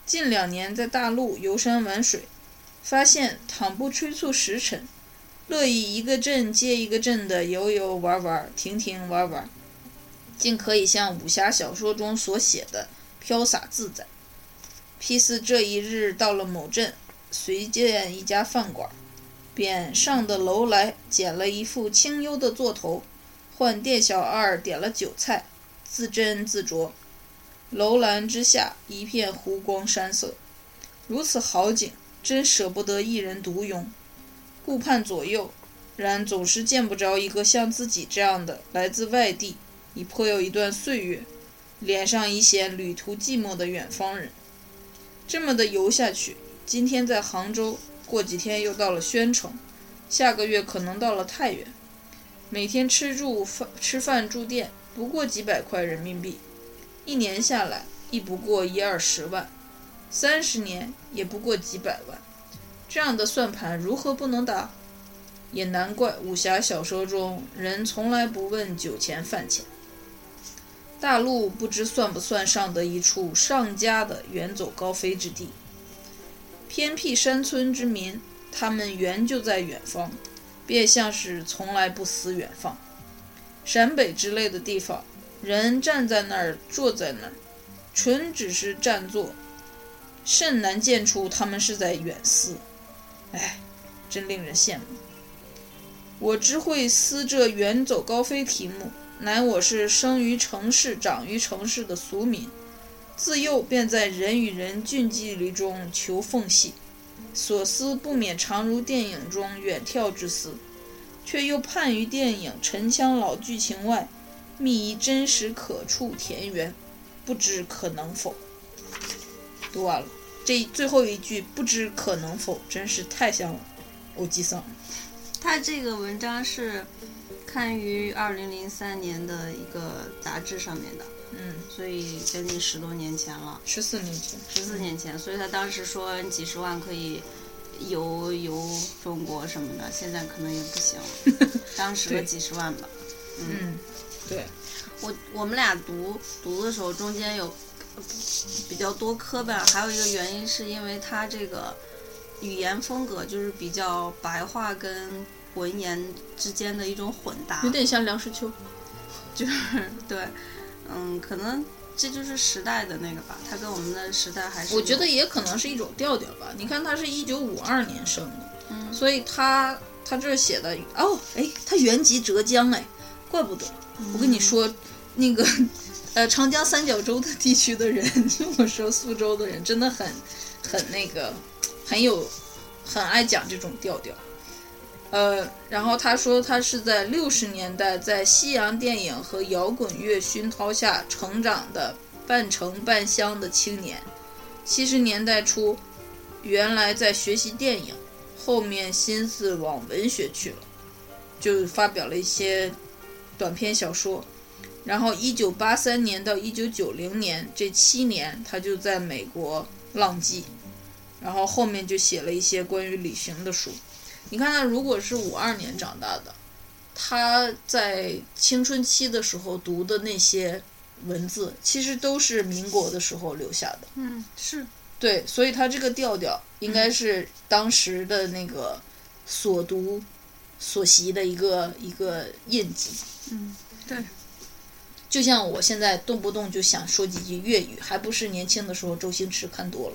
近两年在大陆游山玩水，发现倘不催促时辰，乐意一个镇接一个镇的游游玩玩，停停玩玩，竟可以像武侠小说中所写的飘洒自在。批似这一日到了某镇，随见一家饭馆，便上的楼来捡了一副清幽的座头，唤店小二点了酒菜，自斟自酌。楼栏之下一片湖光山色，如此好景，真舍不得一人独拥，顾盼左右，然总是见不着一个像自己这样的来自外地已颇有一段岁月，脸上已显旅途寂寞的远方人。这么的游下去，今天在杭州，过几天又到了宣城，下个月可能到了太原，每天吃住饭吃饭住店不过几百块人民币，一年下来亦不过一二十万，三十年也不过几百万，这样的算盘如何不能打？也难怪武侠小说中人从来不问酒钱饭钱。大陆不知算不算上得一处上佳的远走高飞之地。偏僻山村之民，他们原就在远方，便像是从来不思远方。陕北之类的地方，人站在那儿坐在那儿，纯只是站坐，甚难见出他们是在远思。哎，真令人羡慕。我只会思这远走高飞题目，乃我是生于城市长于城市的俗民，自幼便在人与人距离中求缝隙，所思不免常如电影中远眺之思，却又盼于电影陈腔老剧情外觅一真实可触田园，不知可能否。读完了，这最后一句不知可能否真是太像欧吉桑了。 他这个文章是刊于二零零三年的一个杂志上面的， 嗯， 所以将近十多年前了， 十四年前， 十四年前，所以他当时说几十万可以游游中国什么的，现在可能也不行了，当时的几十万吧。嗯， 嗯对， 我我们俩读读的时候，中间有比较多磕绊，还有一个原因是因为他这个语言风格就是比较白话跟文言之间的一种混搭， 有点像梁实秋， 就是对，嗯，可能这就是时代的那个吧，他跟我们的时代还是我觉得也可能是一种调调吧。你看他是一九五二年生的， 嗯， 所以他他这写的哦，哎，他原籍浙江，哎，怪不得。 嗯、 我跟你说，那个呃长江三角洲的地区的人，我说苏州的人真的很很那个很有很爱讲这种调调。呃，然后他说他是在六十年代在西洋电影和摇滚乐熏陶下成长的半城半乡的青年，七十年代初原来在学习电影，后面心思往文学去了，就发表了一些短篇小说，然后一九八三年到一九九零年这七年他就在美国浪迹，然后后面就写了一些关于旅行的书。你看他如果是五二年长大的，他在青春期的时候读的那些文字其实都是民国的时候留下的。 嗯，是对，所以他这个调调应该是当时的那个所读所习的一个一个印记。 嗯，对， 就像我现在动不动就想说几句粤语，还不是年轻的时候周星驰看多了。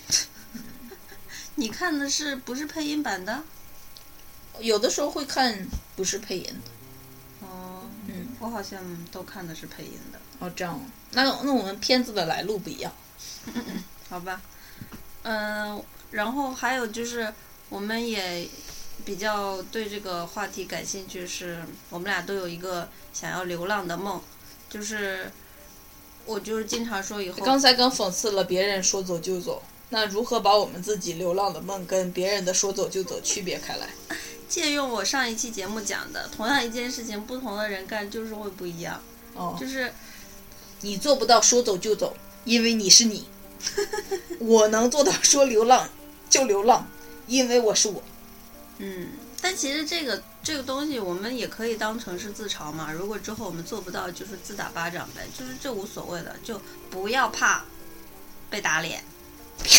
你看的是不是配音版的？ 有的时候会看不是配音的。 哦， 嗯， 我好像都看的是配音的。 哦，这样，那那我们片子的来路不一样。 好吧，嗯、呃，然后还有就是我们也比较对这个话题感兴趣，是我们俩都有一个想要流浪的梦，就是我就是经常说以后刚才刚讽刺了别人说走就走，那如何把我们自己流浪的梦跟别人的说走就走区别开来？ 借用我上一期节目讲的，同样一件事情，不同的人干就是会不一样。 哦， 就是你做不到说走就走，因为你是你。我能做到说流浪就流浪，因为我是我。 嗯，但其实这个这个东西，我们也可以当成是自嘲嘛。如果之后我们做不到，就是自打巴掌呗，就是这无所谓的，就不要怕被打脸。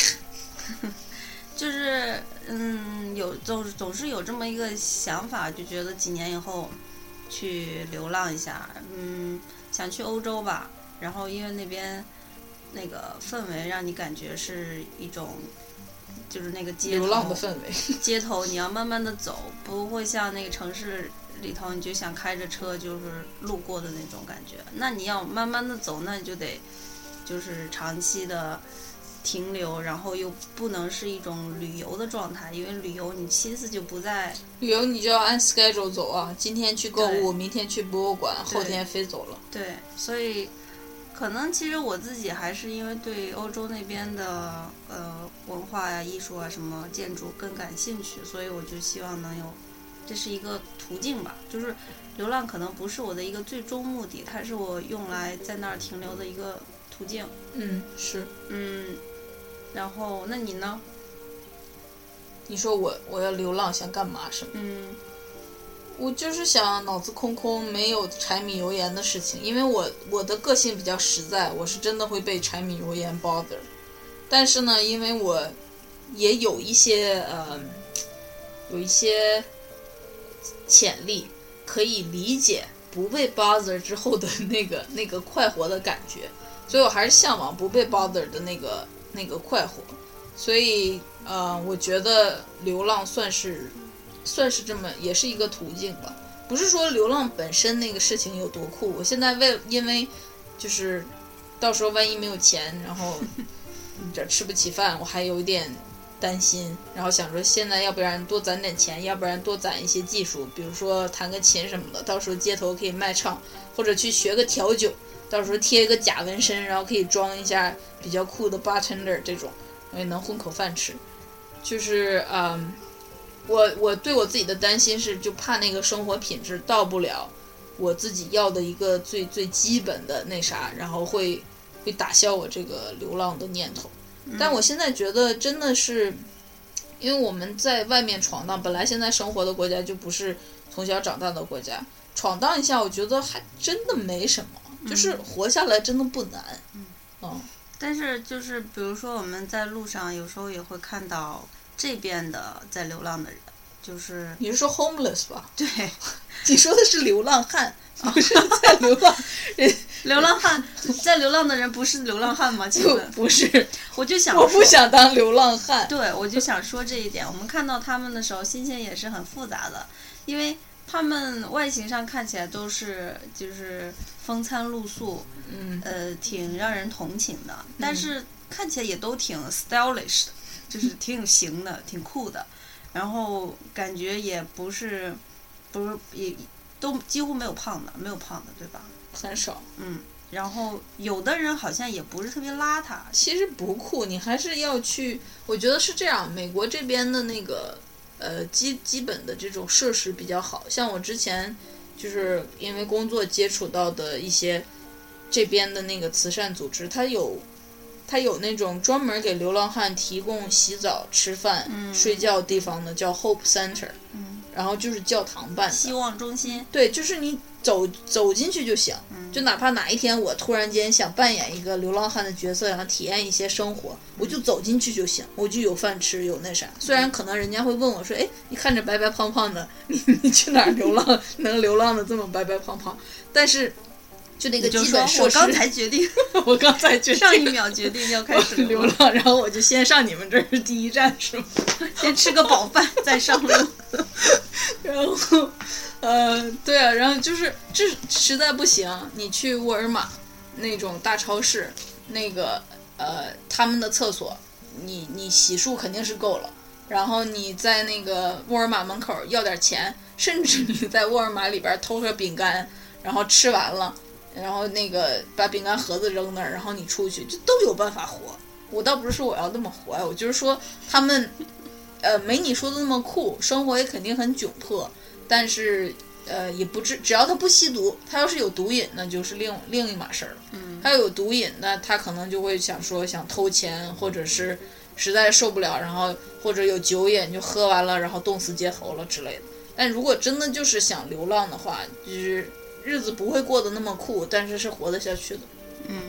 就是嗯，有总总是有这么一个想法，就觉得几年以后去流浪一下，嗯，想去欧洲吧。然后因为那边那个氛围让你感觉是一种，就是那个街头流浪的氛围。 街头你要慢慢的走，不会像那个城市里头你就想开着车就是路过的那种感觉。那你要慢慢的走，那你就得就是长期的停留，然后又不能是一种旅游的状态，因为旅游你心思就不在旅游，你就要按 schedule 走啊，今天去购物，明天去博物馆，后天飞走了。 对，所以可能其实我自己还是因为对欧洲那边的呃文化呀、艺术啊、什么建筑更感兴趣，所以我就希望能有，这是一个途径吧。就是流浪可能不是我的一个最终目的，它是我用来在那儿停留的一个途径。 嗯，是。 嗯。然后，那你呢？ 你说我我要流浪想干嘛是吗？ 嗯， 我就是想脑子空空，没有柴米油盐的事情。因为我我的个性比较实在，我是真的会被柴米油盐 bother。但是呢，因为我也有一些呃，有一些潜力，可以理解不被 bother 之后的那个那个快活的感觉，所以我还是向往不被 bother 的那个。那个快活，所以呃，我觉得流浪算是算是这么也是一个途径吧。不是说流浪本身那个事情有多酷，我现在为因为就是到时候万一没有钱，然后这吃不起饭，我还有一点担心。然后想说现在要不然多攒点钱，要不然多攒一些技术，比如说弹个琴什么的，到时候街头可以卖唱，或者去学个调酒。到时候贴一个假纹身，然后可以装一下比较酷的 bartender 这种，也能混口饭吃。就是嗯，我我对我自己的担心是，就怕那个生活品质到不了我自己要的一个最最基本的那啥，然后会会打消我这个流浪的念头。但我现在觉得真的是，因为我们在外面闯荡，本来现在生活的国家就不是从小长大的国家，闯荡一下，我觉得还真的没什么。就是活下来真的不难， 嗯， 嗯， 但是就是比如说我们在路上有时候也会看到这边的在流浪的人，就是你是说 homeless 吧？ 对， 你说的是流浪汉，不是在流浪人。 流浪汉在流浪的人不是流浪汉吗？其实不是， 我就想我不想当流浪汉。 对，我就想说这一点。我们看到他们的时候，心情也是很复杂的，因为他们外形上看起来都是就是风餐露宿， 嗯， 呃，挺让人同情的，但是看起来也都挺 stylish 的，就是挺有型的，挺酷的，然后感觉也不是，不是也都几乎没有胖的，没有胖的，对吧？ 很少， 嗯。然后有的人好像也不是特别邋遢， 其实不酷，你还是要去。我觉得是这样，美国这边的那个。呃，基基本的这种设施比较好，像我之前就是因为工作接触到的一些这边的那个慈善组织，它有它有那种专门给流浪汉提供洗澡、吃饭、 嗯、 睡觉地方的，叫 Hope Center， 嗯， 然后就是教堂办的， 希望中心。 对，就是你走走进去就行， 嗯， 就哪怕哪一天我突然间想扮演一个流浪汉的角色，然后体验一些生活，我就走进去就行，我就有饭吃，有那啥。虽然可能人家会问我说，哎，你看着白白胖胖的，你你去哪儿流浪，能流浪的这么白白胖胖？但是就那个基本设施， 我刚才决定， 我刚才决定， 上一秒决定要开始流浪，然后我就先上你们这儿是第一站是吗？ 先吃个饱饭再上路， 然后。呃，对啊，然后就是这实在不行，你去沃尔玛那种大超市，那个呃他们的厕所，你你洗漱肯定是够了。然后你在那个沃尔玛门口要点钱，甚至你在沃尔玛里边偷个饼干，然后吃完了，然后那个把饼干盒子扔那儿，然后你出去，就都有办法活。我倒不是说我要那么活呀，我就是说他们呃没你说的那么酷，生活也肯定很窘迫。但是，呃，也不只只要他不吸毒，他要是有毒瘾，那就是另另一码事儿了。 嗯， 他有毒瘾，那他可能就会想说想偷钱，或者是实在受不了，然后或者有酒瘾就喝完了，然后冻死街头了之类的。但如果真的就是想流浪的话，就是日子不会过得那么酷，但是是活得下去的。 嗯，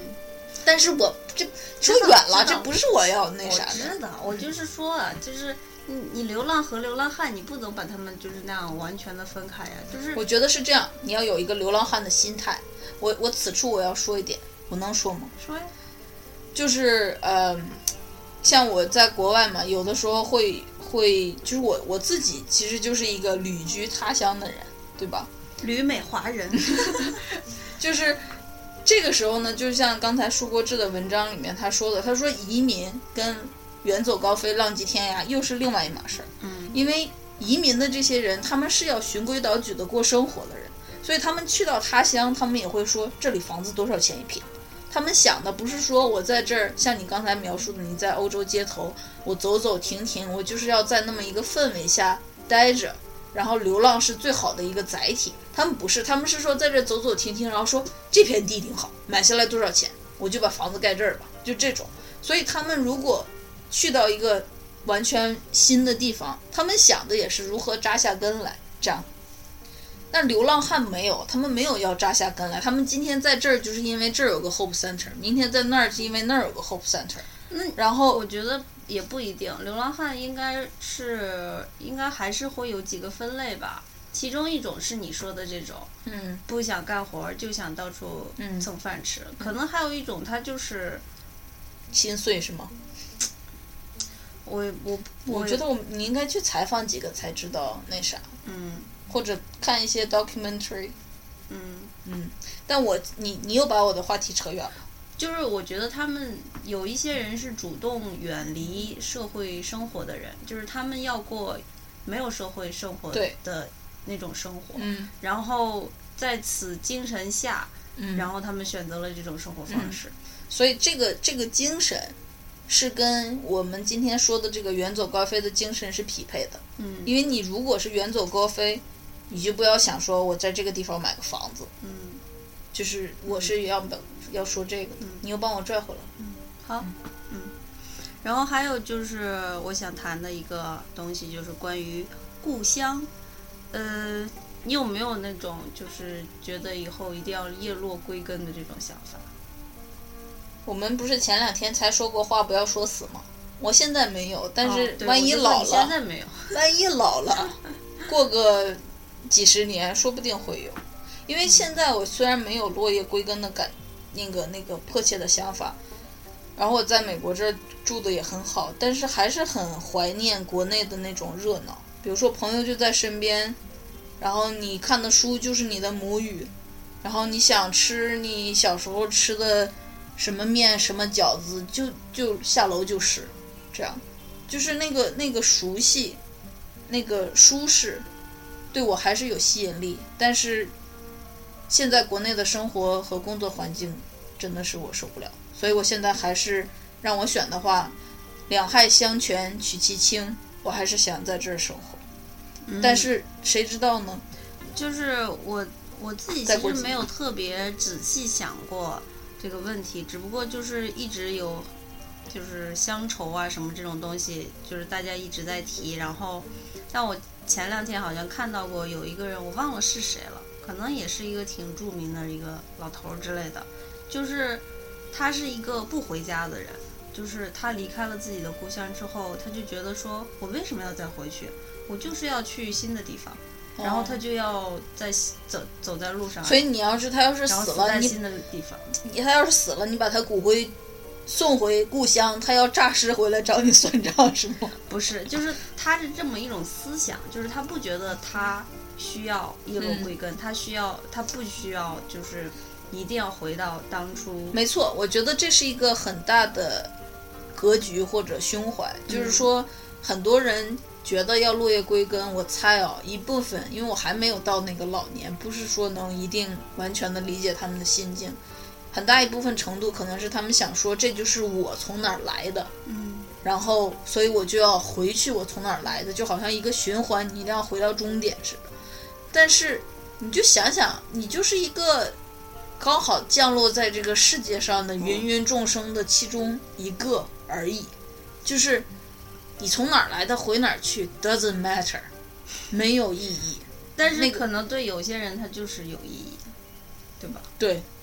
但是我这说远了，这不是我要那啥的。 我知道，我就是说啊，就是你你流浪和流浪汉，你不能把他们就是那样完全的分开呀、啊。就是我觉得是这样，你要有一个流浪汉的心态。我我此处我要说一点，我能说吗？ 说呀。 就是呃，像我在国外嘛，有的时候会会，就是我我自己其实就是一个旅居他乡的人，对吧？ 旅美华人。 就是这个时候呢，就像刚才舒国志的文章里面他说的，他说移民跟远走高飞浪迹天涯又是另外一码事儿。 嗯， 因为移民的这些人，他们是要循规蹈矩的过生活的人，所以他们去到他乡，他们也会说这里房子多少钱一平。他们想的不是说我在这儿，像你刚才描述的，你在欧洲街头，我走走停停，我就是要在那么一个氛围下待着，然后流浪是最好的一个载体。他们不是，他们是说在这走走停停，然后说这片地挺好，买下来多少钱，我就把房子盖这儿吧，就这种。所以他们如果去到一个完全新的地方，他们想的也是如何扎下根来，这样。但流浪汉没有，他们没有要扎下根来，他们今天在这儿就是因为这儿有个 Hope Center， 明天在那儿是因为那儿有个 Hope Center。 那然后我觉得也不一定，流浪汉应该是应该还是会有几个分类吧。其中一种是你说的这种， 嗯， 不想干活就想到处蹭饭吃，嗯、可能还有一种他就是心碎，是吗？ 我我我觉得我你应该去采访几个才知道那啥， 嗯， 或者看一些 documentary， 嗯嗯，但我你你又把我的话题扯远了。 就是我觉得他们有一些人是主动远离社会生活的人，就是他们要过没有社会生活的那种生活， 嗯， 然后在此精神下， 嗯， 然后他们选择了这种生活方式， 嗯、所以这个这个精神是跟我们今天说的这个远走高飞的精神是匹配的， 嗯， 因为你如果是远走高飞，你就不要想说我在这个地方买个房子， 嗯， 就是我是要的。要说这个的， 嗯、 你又帮我拽回来了。 嗯，好，嗯，然后还有就是我想谈的一个东西，就是关于故乡。呃，你有没有那种就是觉得以后一定要叶落归根的这种想法？ 我们不是前两天才说过话不要说死吗？我现在没有，但是哦、 万一老了， 现在没有， 万一老了，过个几十年，说不定会有。因为现在我虽然没有落叶归根的感。那个那个迫切的想法，然后我在美国这住的也很好，但是还是很怀念国内的那种热闹。比如说朋友就在身边，然后你看的书就是你的母语，然后你想吃你小时候吃的什么面什么饺子，就就下楼就是这样，就是那个那个熟悉，那个舒适，对我还是有吸引力。但是现在国内的生活和工作环境真的是我受不了，所以我现在还是让我选的话，两害相权取其轻，我还是想在这儿生活。嗯、但是谁知道呢？ 就是我我自己其实没有特别仔细想过这个问题，只不过就是一直有就是乡愁啊什么这种东西，就是大家一直在提。然后但我前两天好像看到过有一个人，我忘了是谁了，可能也是一个挺著名的一个老头之类的，就是他是一个不回家的人，就是他离开了自己的故乡之后，他就觉得说我为什么要再回去，我就是要去新的地方，哦、然后他就要在走走在路上。 所以你要是他要是死了， 你新的地方， 你他要是死了，你把他骨灰送回故乡，他要诈尸回来找你算账是吗？ 不是，就是他是这么一种思想，就是他不觉得他需要叶落归根，嗯、他需要他不需要就是一定要回到当初。 没错，我觉得这是一个很大的格局或者胸怀，嗯、就是说很多人觉得要落叶归根，我猜啊，一部分因为我还没有到那个老年，不是说能一定完全的理解他们的心境。很大一部分程度可能是他们想说这就是我从哪儿来的， 嗯， 然后所以我就要回去我从哪儿来的，就好像一个循环，你一定要回到终点似的。但是你就想想，你就是一个刚好降落在这个世界上的芸芸众生的其中一个而已，就是你从哪儿来的回哪儿去 doesn't matter， 没有意义。 但是可能对有些人他就是有意义，对吧？ 对。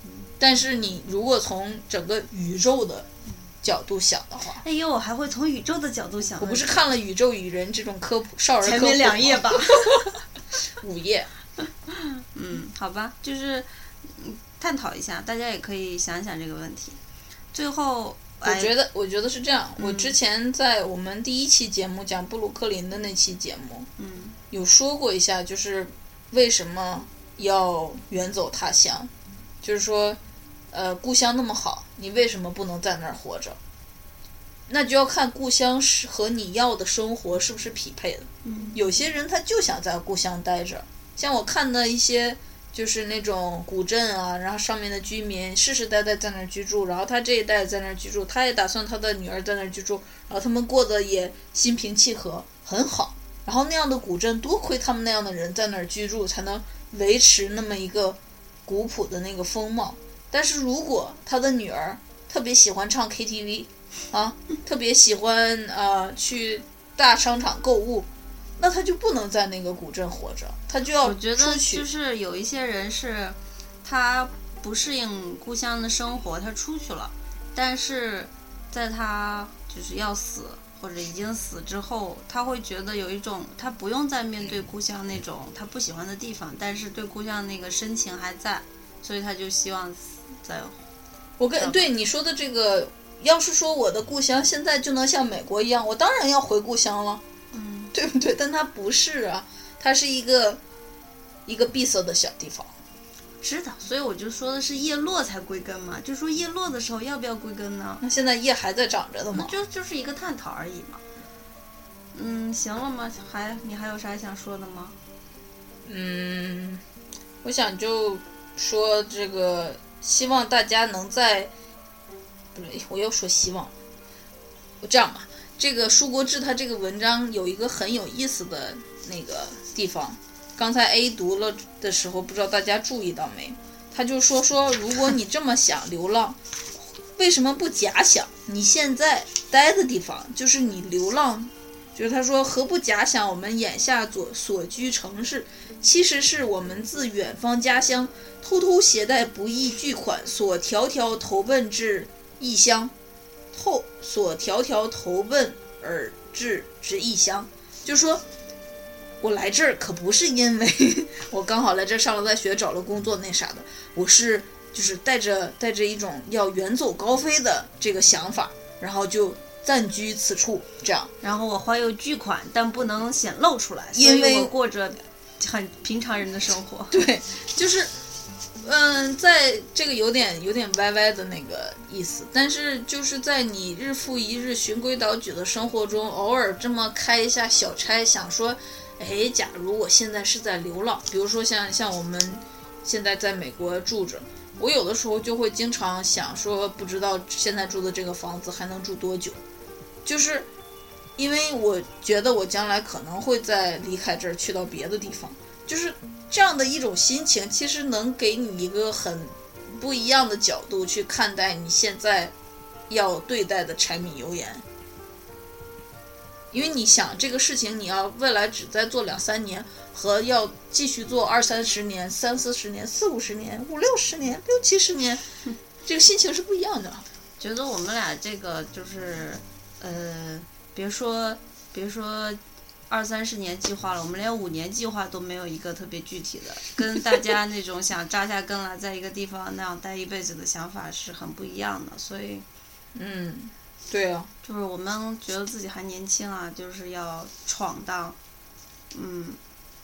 但是你如果从整个宇宙的角度想的话， 哎呦，我还会从宇宙的角度想。 我不是看了《宇宙与人》这种科普少儿科普前面两页吧， 五页。 嗯，好吧，就是探讨一下，大家也可以想想这个问题。最后， 我觉得，我觉得是这样。 嗯、 我之前在我们第一期节目讲布鲁克林的那期节目， 嗯， 有说过一下，就是为什么要远走他乡，就是说，呃，故乡那么好，你为什么不能在那儿活着？那就要看故乡是和你要的生活是不是匹配的。 嗯， 有些人他就想在故乡待着，像我看的一些就是那种古镇啊，然后上面的居民世世代代在那儿居住，然后他这一代在那儿居住，他也打算他的女儿在那儿居住，然后他们过得也心平气和，很好。然后那样的古镇，多亏他们那样的人在那儿居住，才能维持那么一个古朴的那个风貌。但是如果他的女儿特别喜欢唱 K T V 啊，特别喜欢呃去大商场购物，那他就不能在那个古镇活着，他就要出去。 我觉得就是有一些人是他不适应故乡的生活，他出去了，但是在他就是要死或者已经死之后，他会觉得有一种他不用再面对故乡那种他不喜欢的地方，但是对故乡那个深情还在，所以他就希望在。 我跟对你说的这个，要是说我的故乡现在就能像美国一样，我当然要回故乡了， 嗯， 对不对？但它不是啊，它是一个一个闭塞的小地方。 是的，所以我就说的是叶落才归根嘛，就说叶落的时候要不要归根呢？ 那现在叶还在长着的吗？ 就就是一个探讨而已嘛。嗯，行了吗？还你还有啥想说的吗？ 嗯，我想就说这个，希望大家能在，不对，我又说希望。我这样吧，这个舒国治他这个文章有一个很有意思的那个地方。刚才 A 读了的时候，不知道大家注意到没？他就说说，如果你这么想流浪，为什么不假想你现在待的地方就是你流浪？就是他说，何不假想我们眼下所所居城市，其实是我们自远方家乡偷偷携带不义巨款所迢迢投奔至异乡，后所迢迢投奔而至之异乡。就说我来这儿可不是因为我刚好来这儿上了大学找了工作那啥的，我是就是带着带着一种要远走高飞的这个想法，然后就暂居此处，这样。 然后我怀有巨款，但不能显露出来， 因为所以我过着很平常人的生活。 对，就是嗯，在这个有点有点歪歪的那个意思，但是就是在你日复一日循规蹈矩的生活中，偶尔这么开一下小差，想说哎，假如我现在是在流浪，比如说像像我们现在在美国住着，我有的时候就会经常想说，不知道现在住的这个房子还能住多久，就是因为我觉得我将来可能会再离开这儿去到别的地方，就是这样的一种心情，其实能给你一个很不一样的角度去看待你现在要对待的柴米油盐。因为你想这个事情，你要未来只再做两三年，和要继续做二三十年、三四十年、四五十年、五六十年、六七十年，这个心情是不一样的。 觉得我们俩这个就是，呃，别说别说二三十年计划了，我们连五年计划都没有一个特别具体的，跟大家那种想扎下根来在一个地方那样待一辈子的想法是很不一样的，所以， 嗯。对啊， 就是我们觉得自己还年轻啊，就是要闯荡，嗯，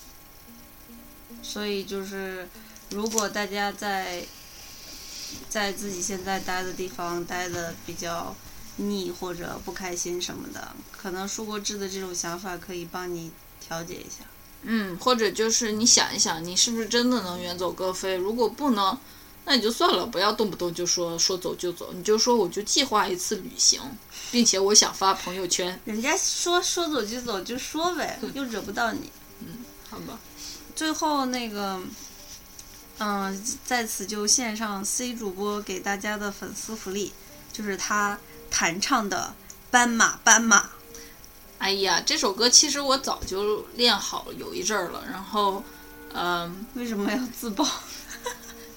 所以就是如果大家在在自己现在待的地方待的比较腻或者不开心什么的，可能舒国治的这种想法可以帮你调节一下。 嗯，或者就是你想一想，你是不是真的能远走高飞？如果不能，那你就算了，不要动不动就说说走就走，你就说我就计划一次旅行，并且我想发朋友圈。 人家说说走就走就说呗，又惹不到你。 嗯，好吧。 最后那个，嗯，在此就献上 C 主播给大家的粉丝福利，就是他弹唱的《斑马斑马》。 哎呀，这首歌其实我早就练好有一阵儿了，然后，嗯、呃， 为什么要自爆？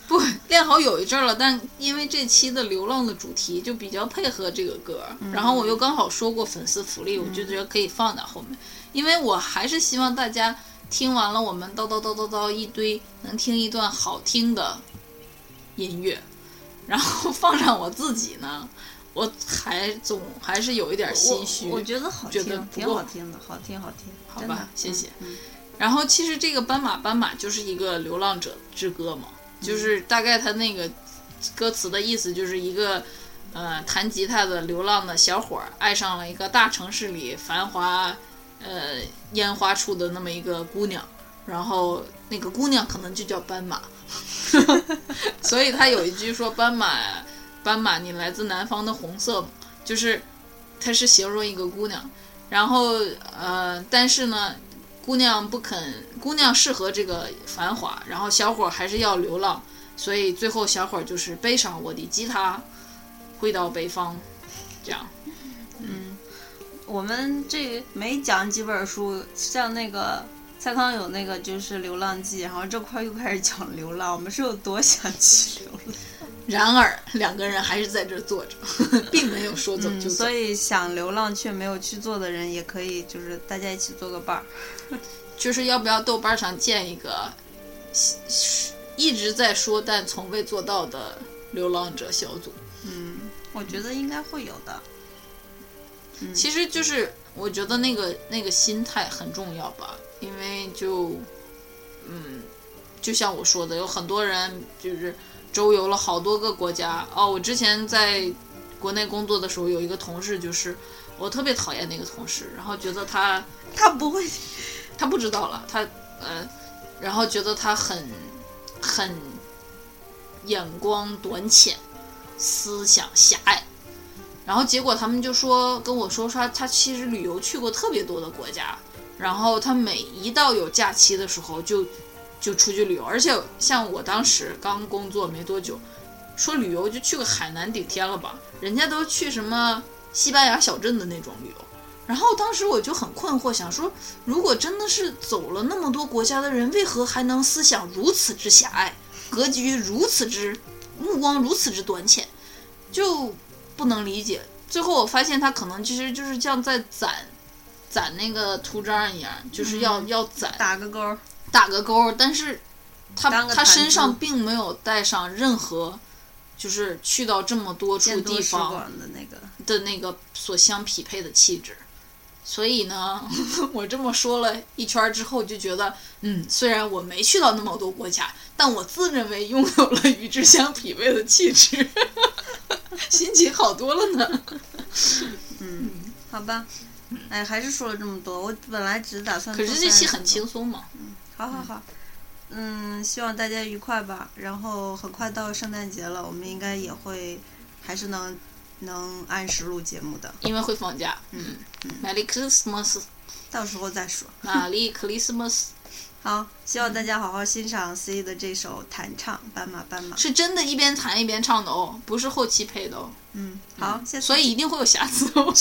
不练好有一阵了，但因为这期的流浪的主题就比较配合这个歌，嗯、然后我又刚好说过粉丝福利，嗯、我就觉得可以放在后面，因为我还是希望大家听完了我们叨叨叨叨叨一堆，能听一段好听的音乐，然后放上我自己呢，我还总还是有一点心虚。 我, 我觉得好听， 觉得挺好听的，好听好听。 好吧，谢谢。 嗯嗯、 然后其实这个斑马斑马就是一个流浪者之歌嘛，嗯、就是大概它那个歌词的意思就是一个呃弹吉他的流浪的小伙爱上了一个大城市里繁华呃烟花处的那么一个姑娘，然后那个姑娘可能就叫斑马。所以他有一句说斑马斑马你来自南方的红色，就是他是形容一个姑娘，然后呃但是呢姑娘不肯，姑娘适合这个繁华，然后小伙还是要流浪，所以最后小伙就是背上我的吉他回到北方，这样。 嗯，我们这每讲几本书，像那个蔡康永那个就是《流浪记》，然后这块又开始讲流浪，我们是有多想去流浪？ 然而两个人还是在这坐着，并没有说走就走、嗯。 所以想流浪却没有去做的人，也可以就是大家一起做个伴儿。 就是要不要豆瓣上建一个一直在说但从未做到的流浪者小组？ 嗯，我觉得应该会有的。 嗯、其实就是我觉得那个那个心态很重要吧，因为就嗯，就像我说的，有很多人就是周游了好多个国家哦。我之前在国内工作的时候，有一个同事，就是我特别讨厌那个同事，然后觉得他他不会， 他不知道了，他呃，然后觉得他很很眼光短浅，思想狭隘。然后结果他们就说跟我说说他其实旅游去过特别多的国家，然后他每一到有假期的时候就就出去旅游，而且像我当时刚工作没多久，说旅游就去个海南顶天了吧，人家都去什么西班牙小镇的那种旅游。然后当时我就很困惑，想说如果真的是走了那么多国家的人，为何还能思想如此之狭隘，格局如此之目光如此之短浅，就不能理解。最后我发现他可能其实就是像在攒攒那个图章一样，就是要、嗯、要攒打个勾打个勾，但是他他身上并没有带上任何就是去到这么多处地方的那个的那个所相匹配的气质。所以呢我这么说了一圈之后就觉得嗯，虽然我没去到那么多国家，但我自认为拥有了与之相匹配的气质心情好多了呢。 嗯，好吧，哎，还是说了这么多，我本来只是打算， 可是这期很轻松嘛。 嗯，好好好，嗯，希望大家愉快吧。然后很快到圣诞节了，我们应该也会还是能能按时录节目的， 因为会放假。 嗯嗯 ，Merry Christmas， 到时候再说。 Merry Christmas。 好，希望大家好好欣赏 C 的这首弹唱《斑马斑马》， 是真的一边弹一边唱的哦，不是后期配的哦。 嗯，好， 嗯、所以一定会有瑕疵哦。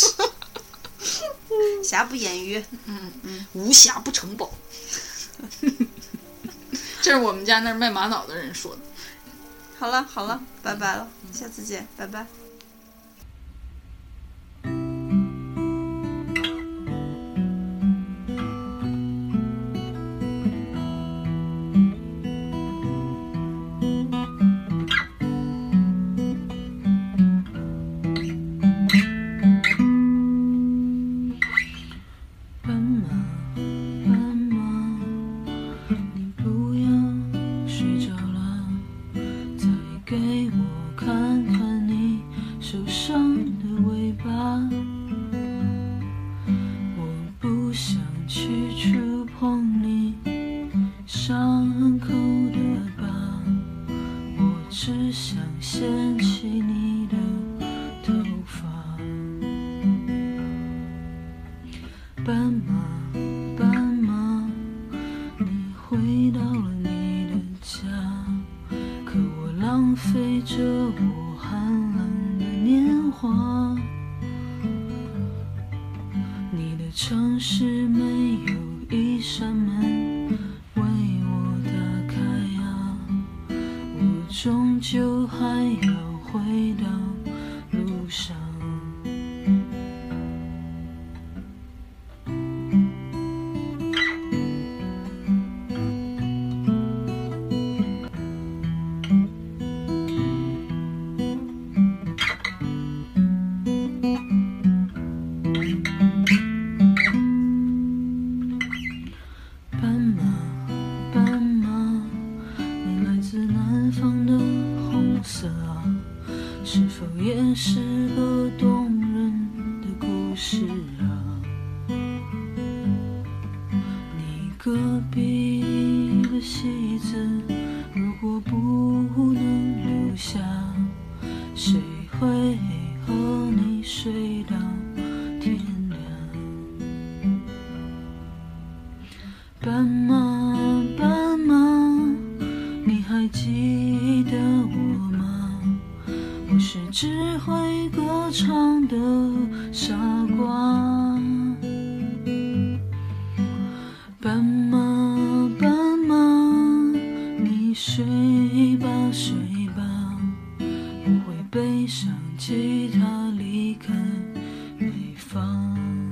瑕不掩瑜， 嗯嗯，无瑕不成宝。这是我们家那儿卖玛瑙的人说的。 好了好了，拜拜了，嗯、下次见，拜拜。 就还要回到路上。斑马，斑马，你来自南方的红色啊，是否也是个动人的故事啊？你隔壁的戏子，如果不能留下，谁会和你睡到天亮？斑马，斑马，你还记得我吗？我是只会歌唱的傻瓜。斑马，斑马，你睡吧睡吧，我会背上吉他离开北方。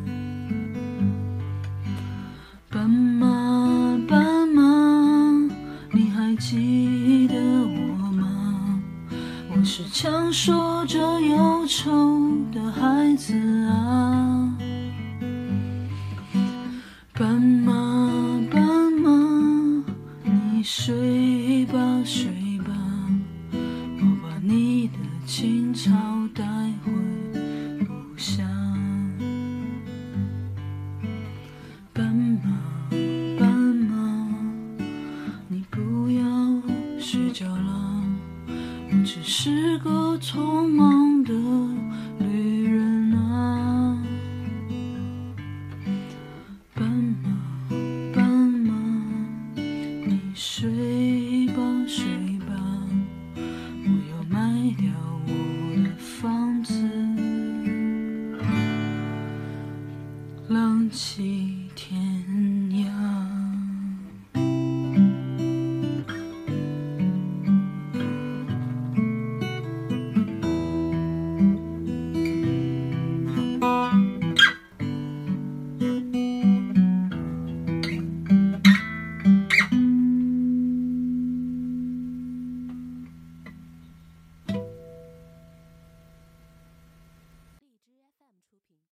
斑马，斑马，你还记得我吗？我是强说着忧愁的孩子啊。斑马，斑马，你睡吧睡吧，我把你的青草带回故乡。斑马，斑马，你不要睡觉了，我只是个匆忙